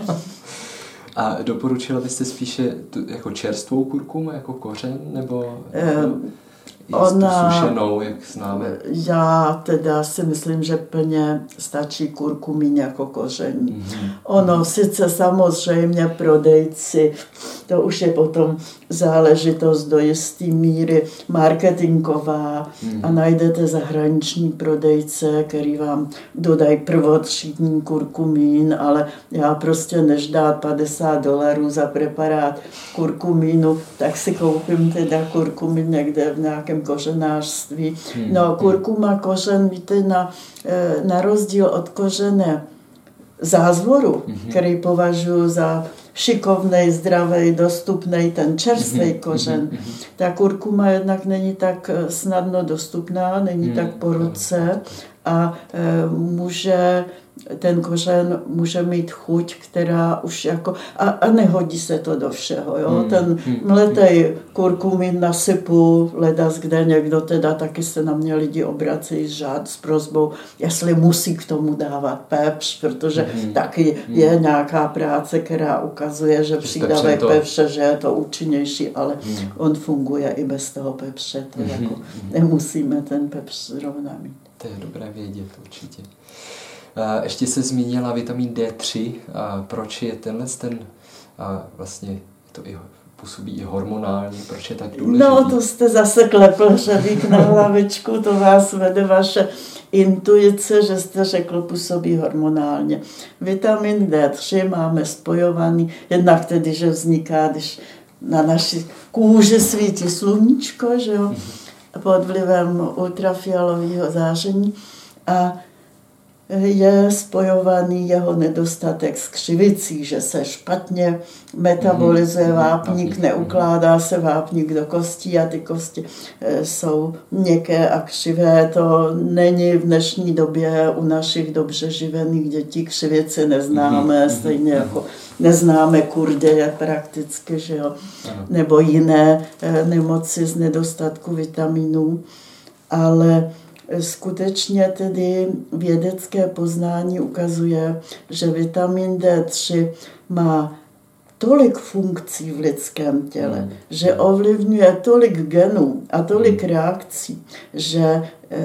A doporučila byste spíše tu, jako čerstvou kurkumu, jako kořen, nebo um, ona, sušenou, jak známe? Já teda si myslím, že plně stačí kurkumin jako koření. Mm-hmm. Ono sice samozřejmě prodejci, to už je potom záležitost do jisté míry marketingová mm-hmm. a najdete zahraniční prodejce, který vám dodají prvotřídní kurkumín, ale já prostě než dát padesát dolarů za preparát kurkumínu, tak si koupím teda kurkumin někde v nějakém kořenářství. Hmm. No, kurkuma, kořen, víte, na, na rozdíl od kořene zázvoru, hmm. který považuji za šikovnej, zdravej, dostupnej, ten čerstvý kořen, hmm. ta kurkuma jednak není tak snadno dostupná, není hmm. tak po ruce a e, může ten kořen může mít chuť, která už jako... A, a nehodí se to do všeho, jo. Hmm. Ten mletej kurkumin nasypu, ledas kde někdo teda, taky se na mě lidi obracejí s žád s prosbou, jestli musí k tomu dávat pepř, protože hmm. taky hmm. je nějaká práce, která ukazuje, že přídavek to... pepře, že je to účinnější, ale hmm. on funguje i bez toho pepře, to hmm. jako nemusíme ten pepř zrovna mít. To je dobré vědět určitě. Ještě se zmínila vitamin D tři. A proč je tenhle ten a vlastně to i působí i hormonálně, proč je tak důležitý? No, to jste zase klepl řadík na hlavičku, to vás vede vaše intuice, že jste řekl, působí hormonálně. Vitamin D tři máme spojovaný, jednak tedy, že vzniká, když na naší kůži svítí sluníčko, že jo, pod vlivem ultrafialového záření a je spojovaný jeho nedostatek s křivicí, že se špatně metabolizuje vápník, neukládá se vápník do kostí a ty kosti jsou měkké a křivé. To není v dnešní době u našich dobře živených dětí, křivici neznáme, stejně jako neznáme kurdeje prakticky, že jo? Nebo jiné nemoci z nedostatku vitaminů, ale skutečně tedy vědecké poznání ukazuje, že vitamin D tři má tolik funkcí v lidském těle, mm. že ovlivňuje tolik genů a tolik mm. reakcí, že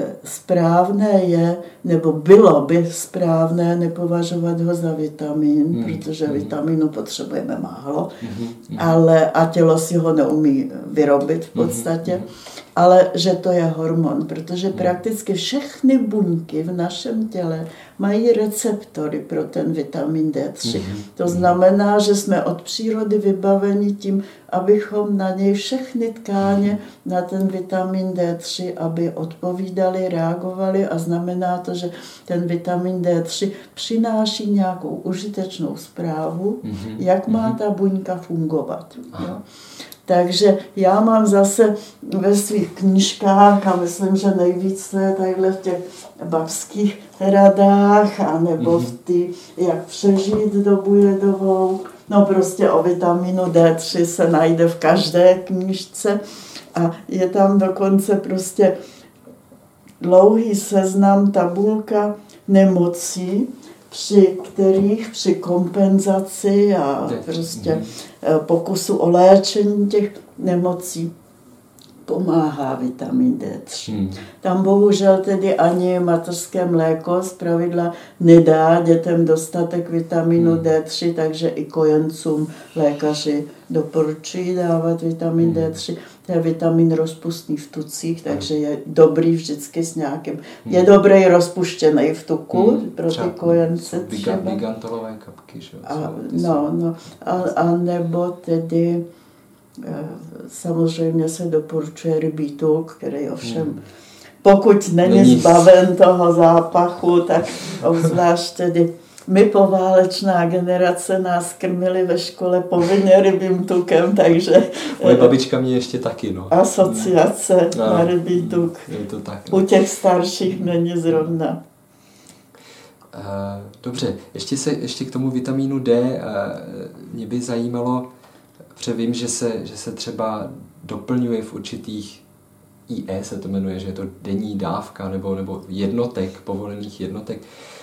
správné je, nebo bylo by správné nepovažovat ho za vitamin, mm. protože vitaminu potřebujeme málo, mm. ale a tělo si ho neumí vyrobit v podstatě, mm. ale že to je hormon, protože prakticky všechny buňky v našem těle mají receptory pro ten vitamin D tři. Mm. To znamená, že jsme od přírody vybaveni tím, abychom na něj všechny tkáně, na ten vitamin D tři, aby odpovídali, reagovali, a znamená to, že ten vitamin D tři přináší nějakou užitečnou zprávu, mm-hmm. jak má ta buňka fungovat. Jo? Takže já mám zase ve svých knížkách, a myslím, že nejvíc to je tadyhle v těch babských radách, anebo v ty, jak přežít dobu ledovou. No prostě o vitaminu D tři se najde v každé knížce a je tam dokonce prostě dlouhý seznam, tabulka nemocí, při kterých při kompenzaci a prostě pokusu o léčení těch nemocí pomáhá vitamin D tři. Hmm. Tam bohužel tedy ani mateřské mléko zpravidla nedá dětem dostatek vitaminu hmm. D tři, takže i kojencům lékaři doporučují dávat vitamin hmm. D tři. To je vitamin rozpustný v tucích, takže je dobrý vždycky s nějakým. Hmm. Je dobrý rozpuštěný v tuku hmm. pro ty kojence třeba. Gigantolové kapky, že? A, no, no. A, a nebo tedy samozřejmě se doporučuje rybí tuk, který ovšem, hmm. pokud není, není zbaven toho zápachu, tak obzvlášť tedy my poválečná generace nás krmili ve škole povinně rybím tukem, takže moje babička mě ještě taky, no. Asociace no, na rybí tuk. Je to tak, no. U těch starších není zrovna. Uh, dobře, ještě, se, ještě k tomu vitamínu D uh, mě by zajímalo, protože vím, že se, že se třeba doplňuje v určitých I E, se to jmenuje, že je to denní dávka nebo, nebo jednotek, povolených jednotek.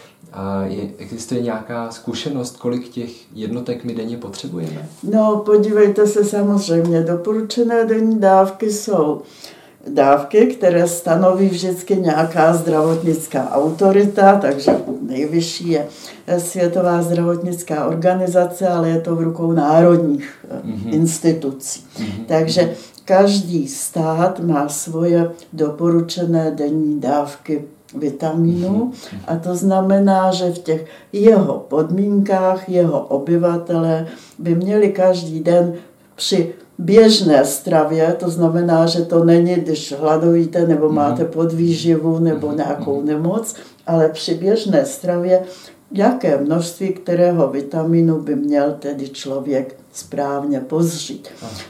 A je, existuje nějaká zkušenost, kolik těch jednotek my denně potřebujeme? No, podívejte se, samozřejmě, doporučené denní dávky jsou dávky, které stanoví vždycky nějaká zdravotnická autorita, takže nejvyšší je Světová zdravotnická organizace, ale je to v rukou národních mm-hmm. institucí. Mm-hmm. Takže každý stát má svoje doporučené denní dávky vitamínů a to znamená, že v těch jeho podmínkách, jeho obyvatelé by měli každý den při běžné stravě, to znamená, že to není, když hladovíte nebo máte podvýživu nebo nějakou nemoc, ale při běžné stravě, jaké množství kterého vitamínu by měl tedy člověk správně pozřít.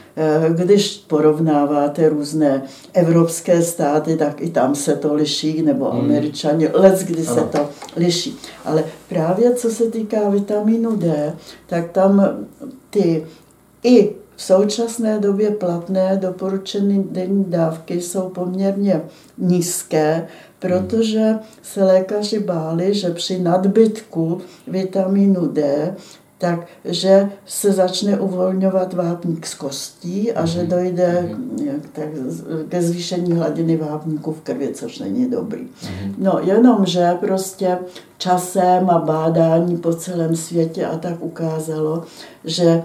Když porovnáváte různé evropské státy, tak i tam se to liší, nebo Američani, leckdy se to liší. Ale právě co se týká vitamínu D, tak tam ty i v současné době platné doporučené denní dávky jsou poměrně nízké, protože se lékaři báli, že při nadbytku vitamínu D takže se začne uvolňovat vápník z kostí a že dojde tak, ke zvýšení hladiny vápníku v krvi, což není dobrý. No jenom, že prostě časem a bádání po celém světě a tak ukázalo, že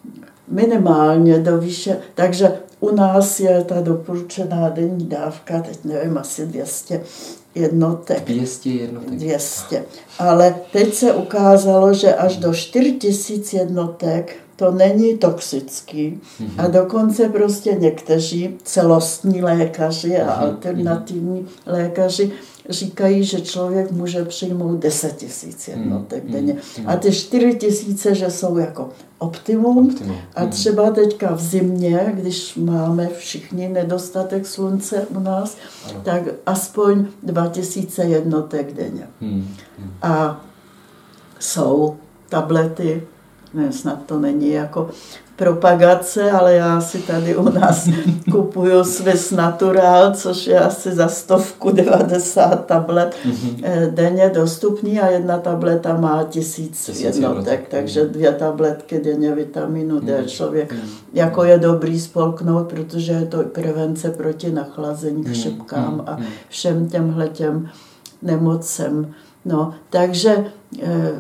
minimálně do výše, takže u nás je ta doporučená denní dávka, teď nevím, asi dvě stě jednotek. dvě stě jednotek. dvě stě. Ale teď se ukázalo, že až do čtyři tisíce jednotek to není toxický. Mm-hmm. A dokonce prostě někteří celostní lékaři a mm-hmm. alternativní lékaři říkají, že člověk může přijmout deset tisíc jednotek mm, denně. Mm, a ty čtyři tisíce, že jsou jako optimum. optimum. A třeba teďka v zimě, když máme všichni nedostatek slunce u nás, ano. tak aspoň dva tisíce jednotek denně. Mm, mm. A jsou tablety, ne, snad to není jako propagace, ale já si tady u nás kupuju Swiss Natural, což je asi za stovku devadesát tablet mm-hmm. denně dostupný a jedna tableta má tisíc jednotek, takže dvě tabletky denně vitamínu D člověk mm-hmm. jako je dobrý spolknout, protože je to prevence proti nachlazení, chřipkám a všem těmhletěm nemocem. No, takže eh,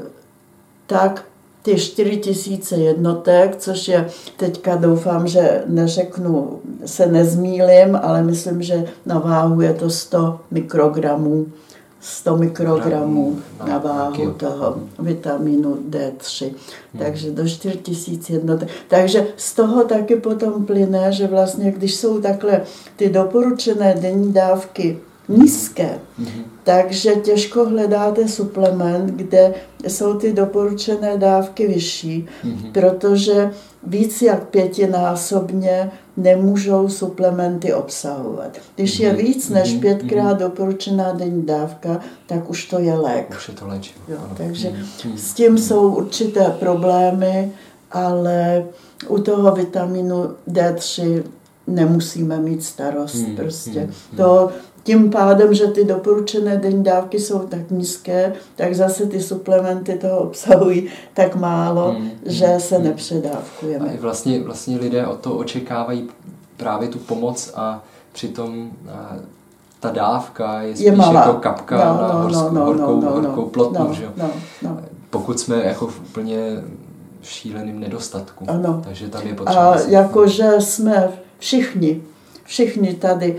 tak ty čtyři tisíce jednotek, což je, teďka doufám, že neřeknu, se nezmýlím, ale myslím, že na váhu je to sto mikrogramů, sto mikrogramů na váhu toho vitamínu D tři. Hmm. Takže do čtyři tisíce jednotek. Takže z toho taky potom plyne, že vlastně, když jsou takhle ty doporučené denní dávky nízké, mm-hmm. takže těžko hledáte suplement, kde jsou ty doporučené dávky vyšší, mm-hmm. protože víc jak pětinásobně nemůžou suplementy obsahovat. Když mm-hmm. je víc než mm-hmm. pětkrát doporučená denní dávka, tak už to je lék. Už je to léčivo. Jo, takže mm-hmm. s tím jsou určité problémy, ale u toho vitamínu D tři nemusíme mít starost. Mm-hmm. Prostě mm-hmm. to tím pádem, že ty doporučené denní dávky jsou tak nízké, tak zase ty suplementy toho obsahují tak málo, mm, že se mm. nepředávkujeme. A vlastně, vlastně lidé o to očekávají právě tu pomoc a přitom a, ta dávka je spíš je jako kapka no, na horskou, no, no, horkou, no, no, horkou plotnu. No, že? No, no. Pokud jsme jako v úplně šíleným nedostatku. Ano. Takže tam je potřeba. A jakože jsme všichni, Všichni tady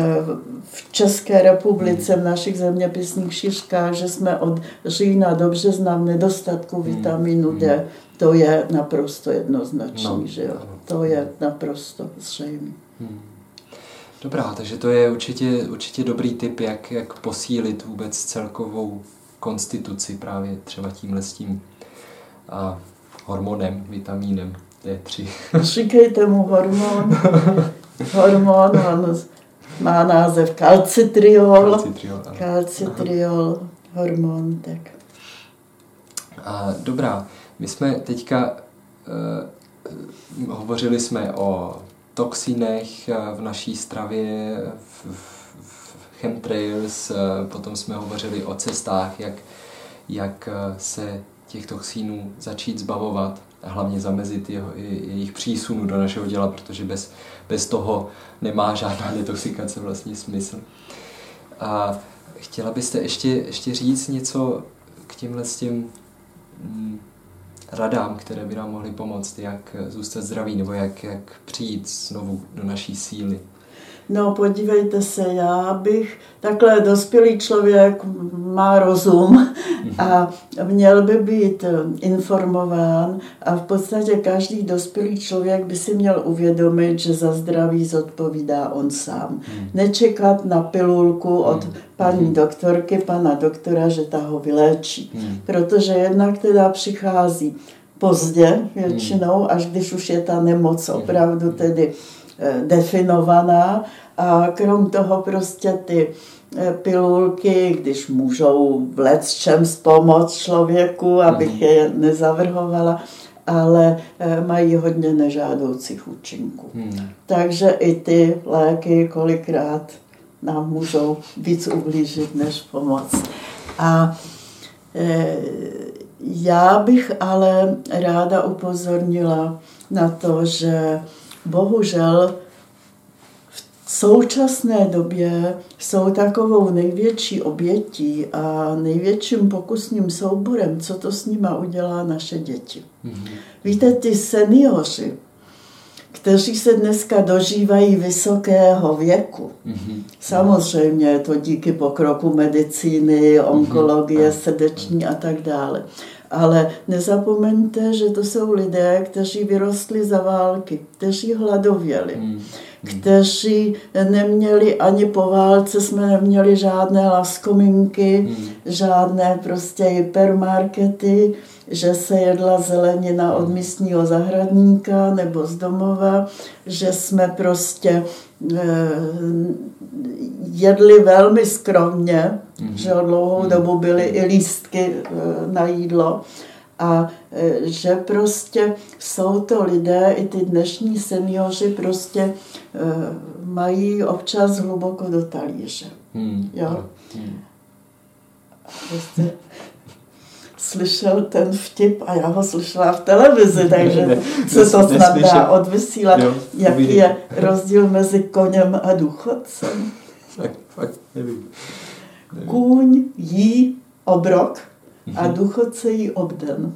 v České republice, v našich zeměpisných šířkách, že jsme od října do března v nedostatku vitamínu D, to je naprosto jednoznačný, no, že jo? To je naprosto zřejmé. Hmm. Dobrá, takže to je určitě, určitě dobrý tip, jak, jak posílit vůbec celkovou konstituci právě třeba tímhle s tím a hormonem, vitamínem D tři. Říkejte mu hormon. Hormon, on má název kalcitriol. Kalcitriol, kalcitriol hormon, tak. A, dobrá, my jsme teďka uh, hovořili jsme o toxinech v naší stravě, v, v chemtrails, potom jsme hovořili o cestách, jak, jak se těch toxinů začít zbavovat a hlavně zamezit jeho, jejich přísunu do našeho těla, protože bez, bez toho nemá žádná detoxikace vlastně smysl. A chtěla byste ještě, ještě říct něco k těmhle s těm mm, radám, které by nám mohly pomoct, jak zůstat zdraví nebo jak, jak přijít znovu do naší síly? No podívejte se, já bych, takhle dospělý člověk má rozum a měl by být informován a v podstatě každý dospělý člověk by si měl uvědomit, že za zdraví zodpovídá on sám. Nečekat na pilulku od paní doktorky, pana doktora, že ta ho vyléčí. Protože jednak teda přichází pozdě většinou, až když už je ta nemoc opravdu tedy definovaná a krom toho prostě ty pilulky, když můžou v lecčem pomoct člověku, abych je nezavrhovala, ale mají hodně nežádoucích účinků. Hmm. Takže i ty léky kolikrát nám můžou víc ublížit, než pomoct. A e, já bych ale ráda upozornila na to, že bohužel v současné době jsou takovou největší obětí a největším pokusným souborem, co to s nima udělá naše děti. Mm-hmm. Víte, ty seniori, kteří se dneska dožívají vysokého věku, mm-hmm. samozřejmě je to díky pokroku medicíny, onkologie, mm-hmm. srdeční a tak dále. Ale nezapomeňte, že to jsou lidé, kteří vyrostli za války, kteří hladověli, hmm. kteří neměli ani po válce, jsme neměli žádné laskominky, hmm. žádné prostě hypermarkety, že se jedla zelenina od místního zahradníka nebo z domova, že jsme prostě eh, jedli velmi skromně, mm-hmm. že dlouhou mm-hmm. dobu byly i lístky eh, na jídlo a eh, že prostě jsou to lidé, i ty dnešní seniori prostě eh, mají občas hluboko do talíře. Mm-hmm. Jo? Mm-hmm. Prostě slyšel ten vtip a já ho slyšela v televizi, takže ne, se to snad dá odvysílat, jo, jaký je rozdíl mezi koněm a důchodcem. Tak, fakt nevím. nevím. Kůň jí obrok a důchodce jí obden.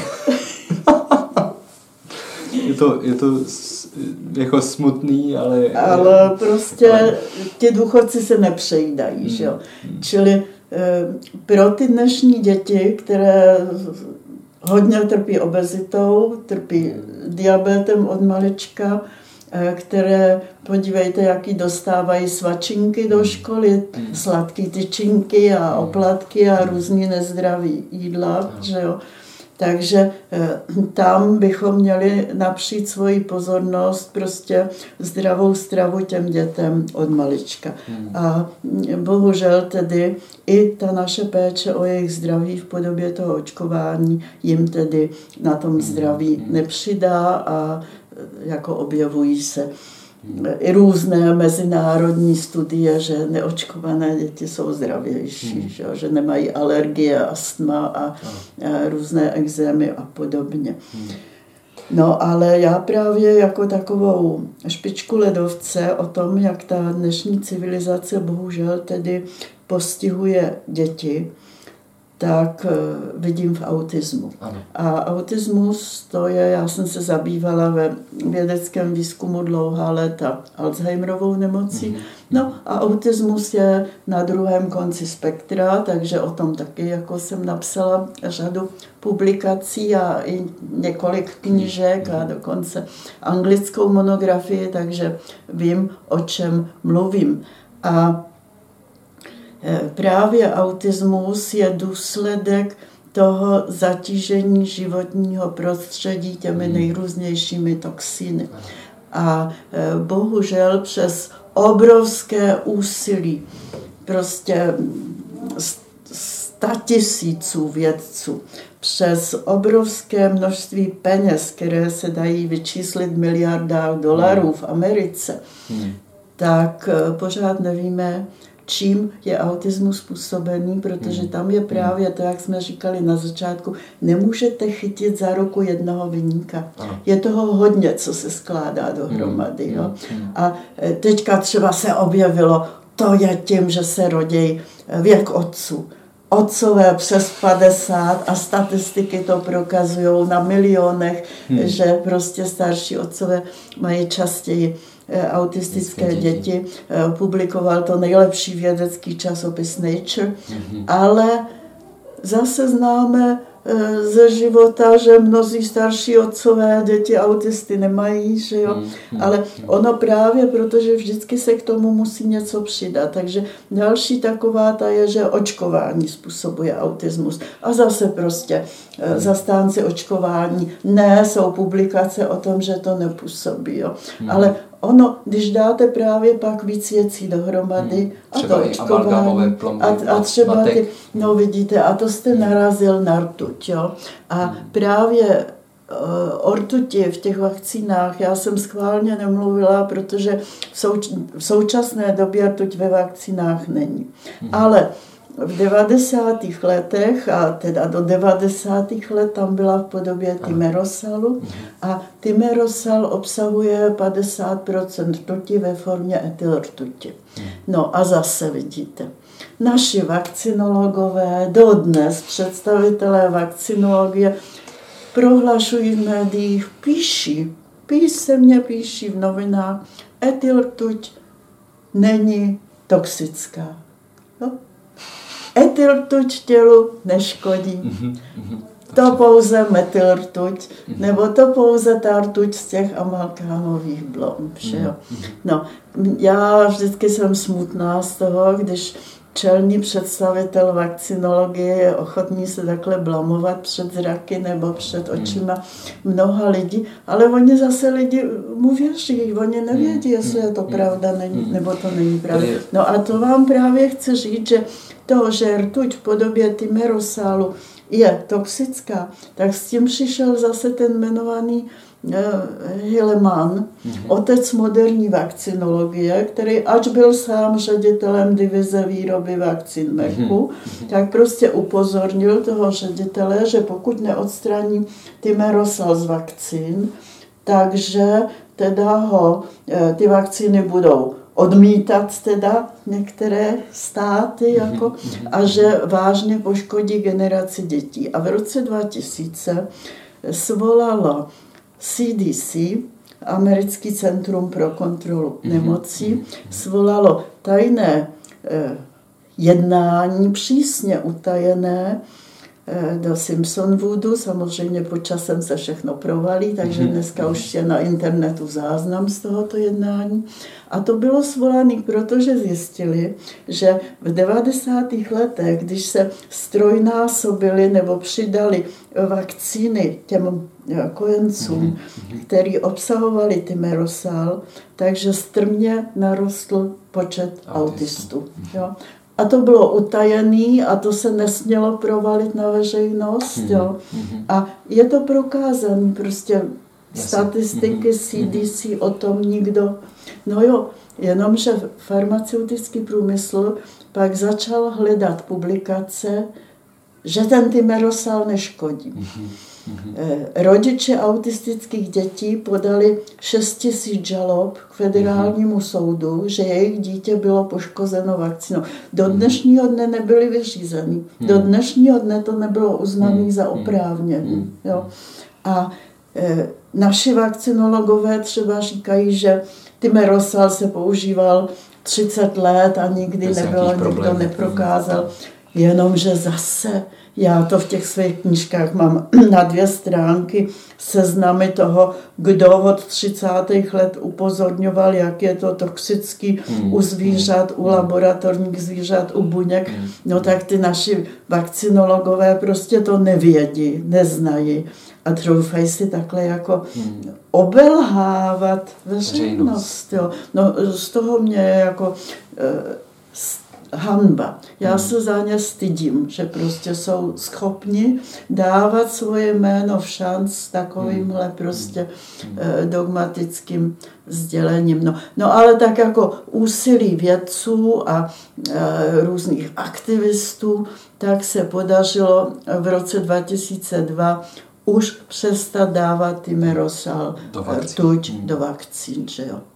je to, je to jako smutný, ale... Ale prostě ale... ti důchodci se nepřejídají, hmm. že jo. Čili pro ty dnešní děti, které hodně trpí obezitou, trpí diabetem od malička, které, podívejte, jaký dostávají svačinky do školy, sladké tyčinky a oplatky a různý nezdravý jídla, že jo. Takže tam bychom měli napřít svoji pozornost, prostě zdravou stravu těm dětem od malička. Hmm. A bohužel tedy i ta naše péče o jejich zdraví v podobě toho očkování jim tedy na tom zdraví hmm. nepřidá a jako objevují se i různé mezinárodní studie, že neočkované děti jsou zdravější, hmm. že, že nemají alergie, astma a, a různé ekzémy a podobně. Hmm. No ale já právě jako takovou špičku ledovce o tom, jak ta dnešní civilizace bohužel tedy postihuje děti, tak vidím v autismu. Ano. A autismus, to je, já jsem se zabývala ve vědeckém výzkumu dlouhá léta Alzheimerovou nemocí. Mm-hmm. No a autismus je na druhém konci spektra, takže o tom taky jako jsem napsala řadu publikací a i několik knížek a dokonce anglickou monografii, takže vím, o čem mluvím. A právě autismus je důsledek toho zatížení životního prostředí těmi nejrůznějšími toxiny. A bohužel přes obrovské úsilí prostě statisíců vědců, přes obrovské množství peněz, které se dají vyčíslit v miliardách dolarů v Americe, hmm. tak pořád nevíme, čím je autismus způsobený, protože tam je právě to, jak jsme říkali na začátku, nemůžete chytit za ruku jednoho viníka. Je toho hodně, co se skládá dohromady. Jo? A teďka třeba se objevilo, to je tím, že se rodí věk otců. Otcové přes padesát a statistiky to prokazují na milionech, hmm. že prostě starší otcové mají častěji autistické děti. děti. Publikoval to nejlepší vědecký časopis Nature, mm-hmm. ale zase známe ze života, že mnozí starší otcové děti autisty nemají, že jo? Mm-hmm. Ale ono právě, protože vždycky se k tomu musí něco přidat. Takže další taková ta je, že očkování způsobuje autismus. A zase prostě mm-hmm. zastánci očkování, ne, jsou publikace o tom, že to nepůsobí. Jo? Mm-hmm. Ale ono, když dáte právě pak víc věcí dohromady, hmm. a to očkování, a, a třeba ty, no vidíte, a to jste narazil na rtuť, jo. A hmm. právě uh, o rtuti v těch vakcínách já jsem schválně nemluvila, protože v, souč- v současné době rtuť ve vakcínách není. Hmm. Ale v devadesátých letech, a teda do devadesátých let tam byla v podobě timerosalu a timerosal obsahuje padesát procent rtuti ve formě etylrtuti. No a zase vidíte, naši vakcinologové, dodnes představitelé vakcinologie prohlašují v médiích, píší, písemně píší v novinách, etylrtuť není toxická. No? Etylrtuť tělu neškodí. Mm-hmm, mm-hmm. to pouze metylrtuť, nebo to pouze ta rtuť z těch amalgámových blomb. No, já vždycky jsem smutná z toho, když čelný představitel vakcinologie je ochotný se takhle blamovat před zraky nebo před očima mnoha lidí, ale oni zase lidi mu věří, oni nevědí, jestli je to pravda není, nebo to není pravda. No a to vám právě chci říct, že to, že rtuť v podobě tymerosálu je toxická, tak s tím přišel zase ten jmenovaný Hilleman, otec moderní vakcinologie, který ač byl sám ředitelem divize výroby vakcín Merku, tak prostě upozornil toho ředitele, že pokud neodstraní tymerosal z vakcín, takže teda ho, ty vakcíny budou odmítat teda některé státy jako, a že vážně poškodí generaci dětí. A v roce dva tisíce svolalo C D C, Americký centrum pro kontrolu nemocí, svolalo tajné eh, jednání, přísně utajené eh, do Simpsonwoodu. Samozřejmě po časem se všechno provalí, takže dneska už je na internetu záznam z tohoto jednání. A to bylo svolané, protože zjistili, že v devadesátých letech, když se strojnásobily nebo přidali vakcíny těm kojencům, který obsahovali tymerosal, takže strmě narostl počet autistů. Jo. A to bylo utajené a to se nesmělo provalit na veřejnost. Jo. A je to prokázané, prostě statistiky C D C o tom nikdo. No jo, jenomže farmaceutický průmysl pak začal hledat publikace, že ten tymerosal neškodí. Rodiče autistických dětí podali šest tisíc žalob k federálnímu soudu, že jejich dítě bylo poškozeno vakcínou. Do dnešního dne nebyly vyřízeny. Do dnešního dne to nebylo uznané za oprávněné. A e, naši vakcinologové třeba říkají, že tymerosal se používal třicet let a nikdy nebylo, nikdo neprokázal. Jenomže zase, já to v těch svých knížkách mám na dvě stránky seznamy toho, kdo od třicátých let upozorňoval, jak je to toxický hmm. u zvířat, u laboratorních zvířat, u buněk. No tak ty naši vakcinologové prostě to nevědí, neznají. A troufají si takhle jako hmm. obelhávat veřejnost. Jo. No z toho mě je jako eh, hanba. Já hmm. se za ně stydím, že prostě jsou schopni dávat svoje jméno v šanc s takovýmhle prostě hmm. eh, dogmatickým sdělením. No, no ale tak jako úsilí vědců a e, různých aktivistů, tak se podařilo v roce dva tisíce dva už přestat dávat tymerosal rtuť hmm. do vakcín, že jo.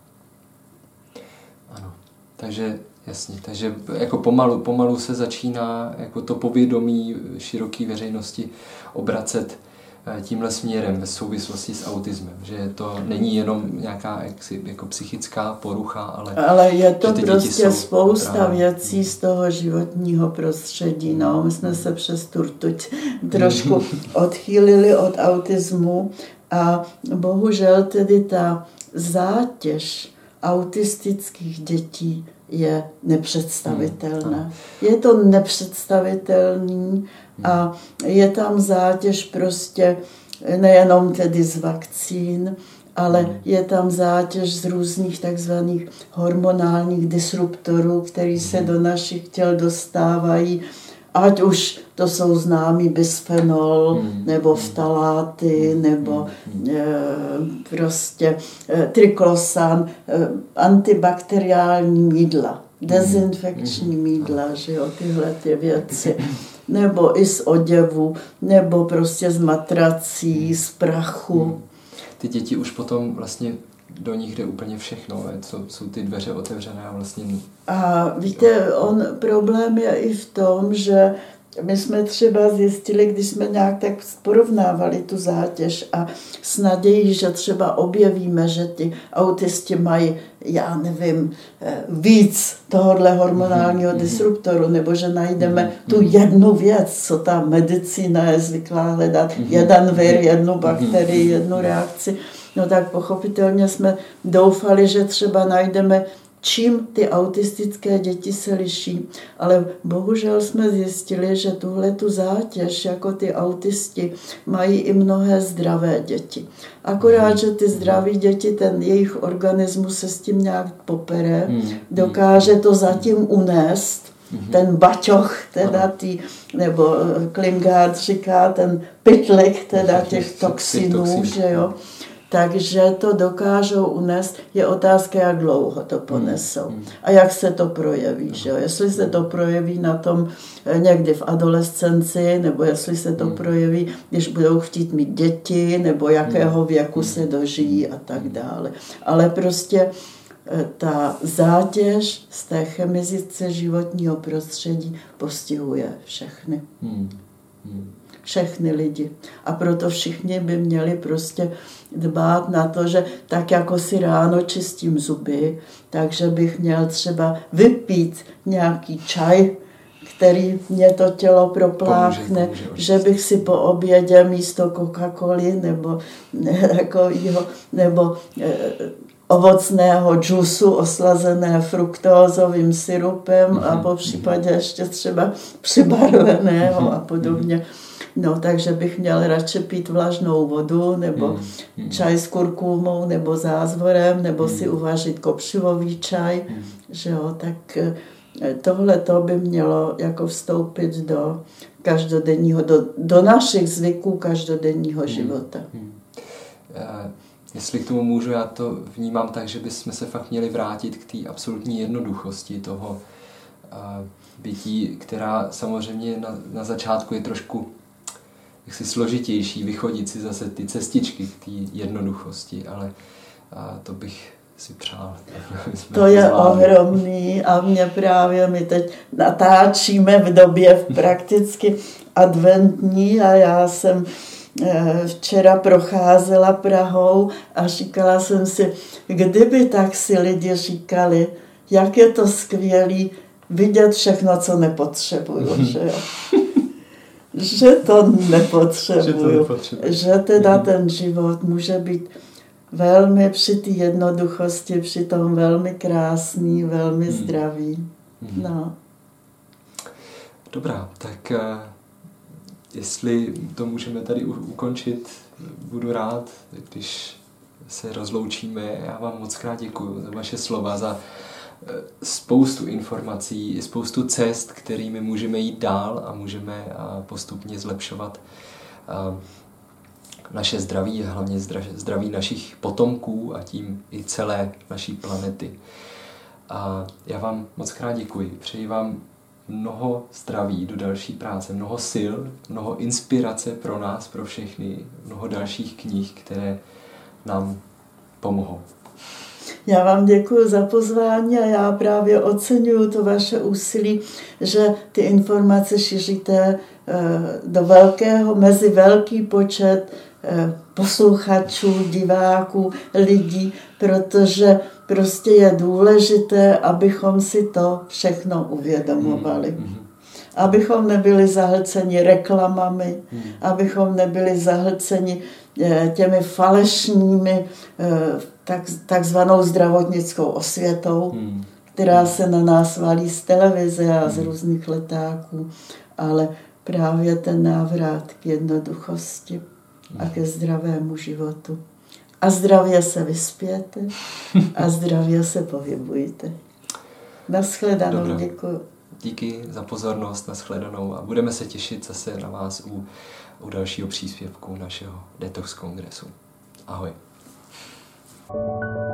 Ano, takže jasně, takže jako pomalu, pomalu se začíná jako to povědomí široké veřejnosti obracet tímhle směrem ve souvislosti s autismem, že to není jenom nějaká jaksi, jako psychická porucha, ale... Ale je to prostě spousta otrávě. věcí z toho životního prostředí. No, my jsme se přes tu rtuť trošku odchýlili od autismu a bohužel tedy ta zátěž autistických dětí je nepředstavitelná. Je to nepředstavitelný a je tam zátěž prostě nejenom tedy z vakcín, ale je tam zátěž z různých takzvaných hormonálních disruptorů, který se do našich těl dostávají, ať už to jsou známý bisfenol, nebo ftaláty, nebo e, prostě e, triklosan, e, antibakteriální mýdla, dezinfekční mýdla, že jo, tyhle ty věci. Nebo i z oděvu, nebo prostě z matrací, z prachu. Ty děti už potom vlastně do nich jde úplně všechno, co jsou ty dveře otevřené a vlastně... A víte, on, problém je i v tom, že my jsme třeba zjistili, když jsme nějak tak porovnávali tu zátěž a s nadějí, že třeba objevíme, že ti autisti mají, já nevím, víc tohohle hormonálního disruptoru, nebo že najdeme tu jednu věc, co ta medicína je zvyklá hledat, jeden vir, jednu bakterii, jednu reakci, no tak pochopitelně jsme doufali, že třeba najdeme, čím ty autistické děti se liší. Ale bohužel jsme zjistili, že tuhle tu zátěž, jako ty autisti, mají i mnohé zdravé děti. Akorát, že ty zdraví děti, ten jejich organismus se s tím nějak popere, dokáže to zatím unést, ten baťoch, teda tý, nebo Klinghardt říká, ten pytlik, teda těch toxinů, že jo. Takže to dokážou unést. Je otázka, jak dlouho to ponesou. A jak se to projeví. Že jo? Jestli se to projeví na tom někdy v adolescenci, nebo jestli se to projeví, když budou chtít mít děti, nebo jakého věku se dožijí a tak dále. Ale prostě ta zátěž z té chemizice životního prostředí postihuje všechny. Všechny lidi. A proto všichni by měli prostě dbát na to, že tak jako si ráno čistím zuby, takže bych měl třeba vypít nějaký čaj, který mě to tělo propláchne, pomůže, pomůže, že bych si po obědě místo Coca-Coly nebo, ne, takovýho, nebo e, ovocného džusu oslazené fruktózovým syrupem a po případě ještě třeba přibarveného a podobně. No, takže bych měl radši pít vlažnou vodu, nebo čaj s kurkumou, nebo zázvorem, nebo si uvařit kopřivový čaj, že jo, tak tohle to by mělo jako vstoupit do každodenního, do, do našich zvyků každodenního života. Hmm. Hmm. Jestli k tomu můžu, já to vnímám tak, že bychom se fakt měli vrátit k té absolutní jednoduchosti toho bytí, která samozřejmě na, na začátku je trošku jaksi složitější, vychodit si zase ty cestičky k té jednoduchosti, ale a to bych si přál. To je zvládli. Ohromný a mě právě, my teď natáčíme v době prakticky adventní a já jsem včera procházela Prahou a říkala jsem si, kdyby tak si lidi říkali, jak je to skvělý vidět všechno, co nepotřebuju, že jo. Že to nepotřebuju, že, to nepotřebuju. Že teda ten život může být velmi při té jednoduchosti, přitom velmi krásný, velmi hmm. zdravý. Hmm. No. Dobrá, tak jestli to můžeme tady ukončit, budu rád, když se rozloučíme. Já vám moc krát děkuju za vaše slova, za spoustu informací, spoustu cest, kterými můžeme jít dál a můžeme postupně zlepšovat naše zdraví, hlavně zdraví našich potomků a tím i celé naší planety. A já vám moc krát děkuji. Přeji vám mnoho zdraví do další práce, mnoho sil, mnoho inspirace pro nás, pro všechny, mnoho dalších knih, které nám pomohou. Já vám děkuji za pozvání a já právě oceňuju to vaše úsilí, že ty informace šíříte do velkého, mezi velký počet posluchačů, diváků, lidí, protože prostě je důležité, abychom si to všechno uvědomovali. Abychom nebyli zahlceni reklamami, abychom nebyli zahlceni těmi falešnými tak, takzvanou zdravotnickou osvětou, hmm. která se na nás valí z televize a z různých letáků, ale právě ten návrat k jednoduchosti a ke zdravému životu. A zdravě se vyspěte a zdravě se pohybujte. Nashledanou, děkuji. Díky za pozornost, nashledanou a budeme se těšit zase na vás u, u dalšího příspěvku našeho Detox Kongresu. Ahoj. Thank you.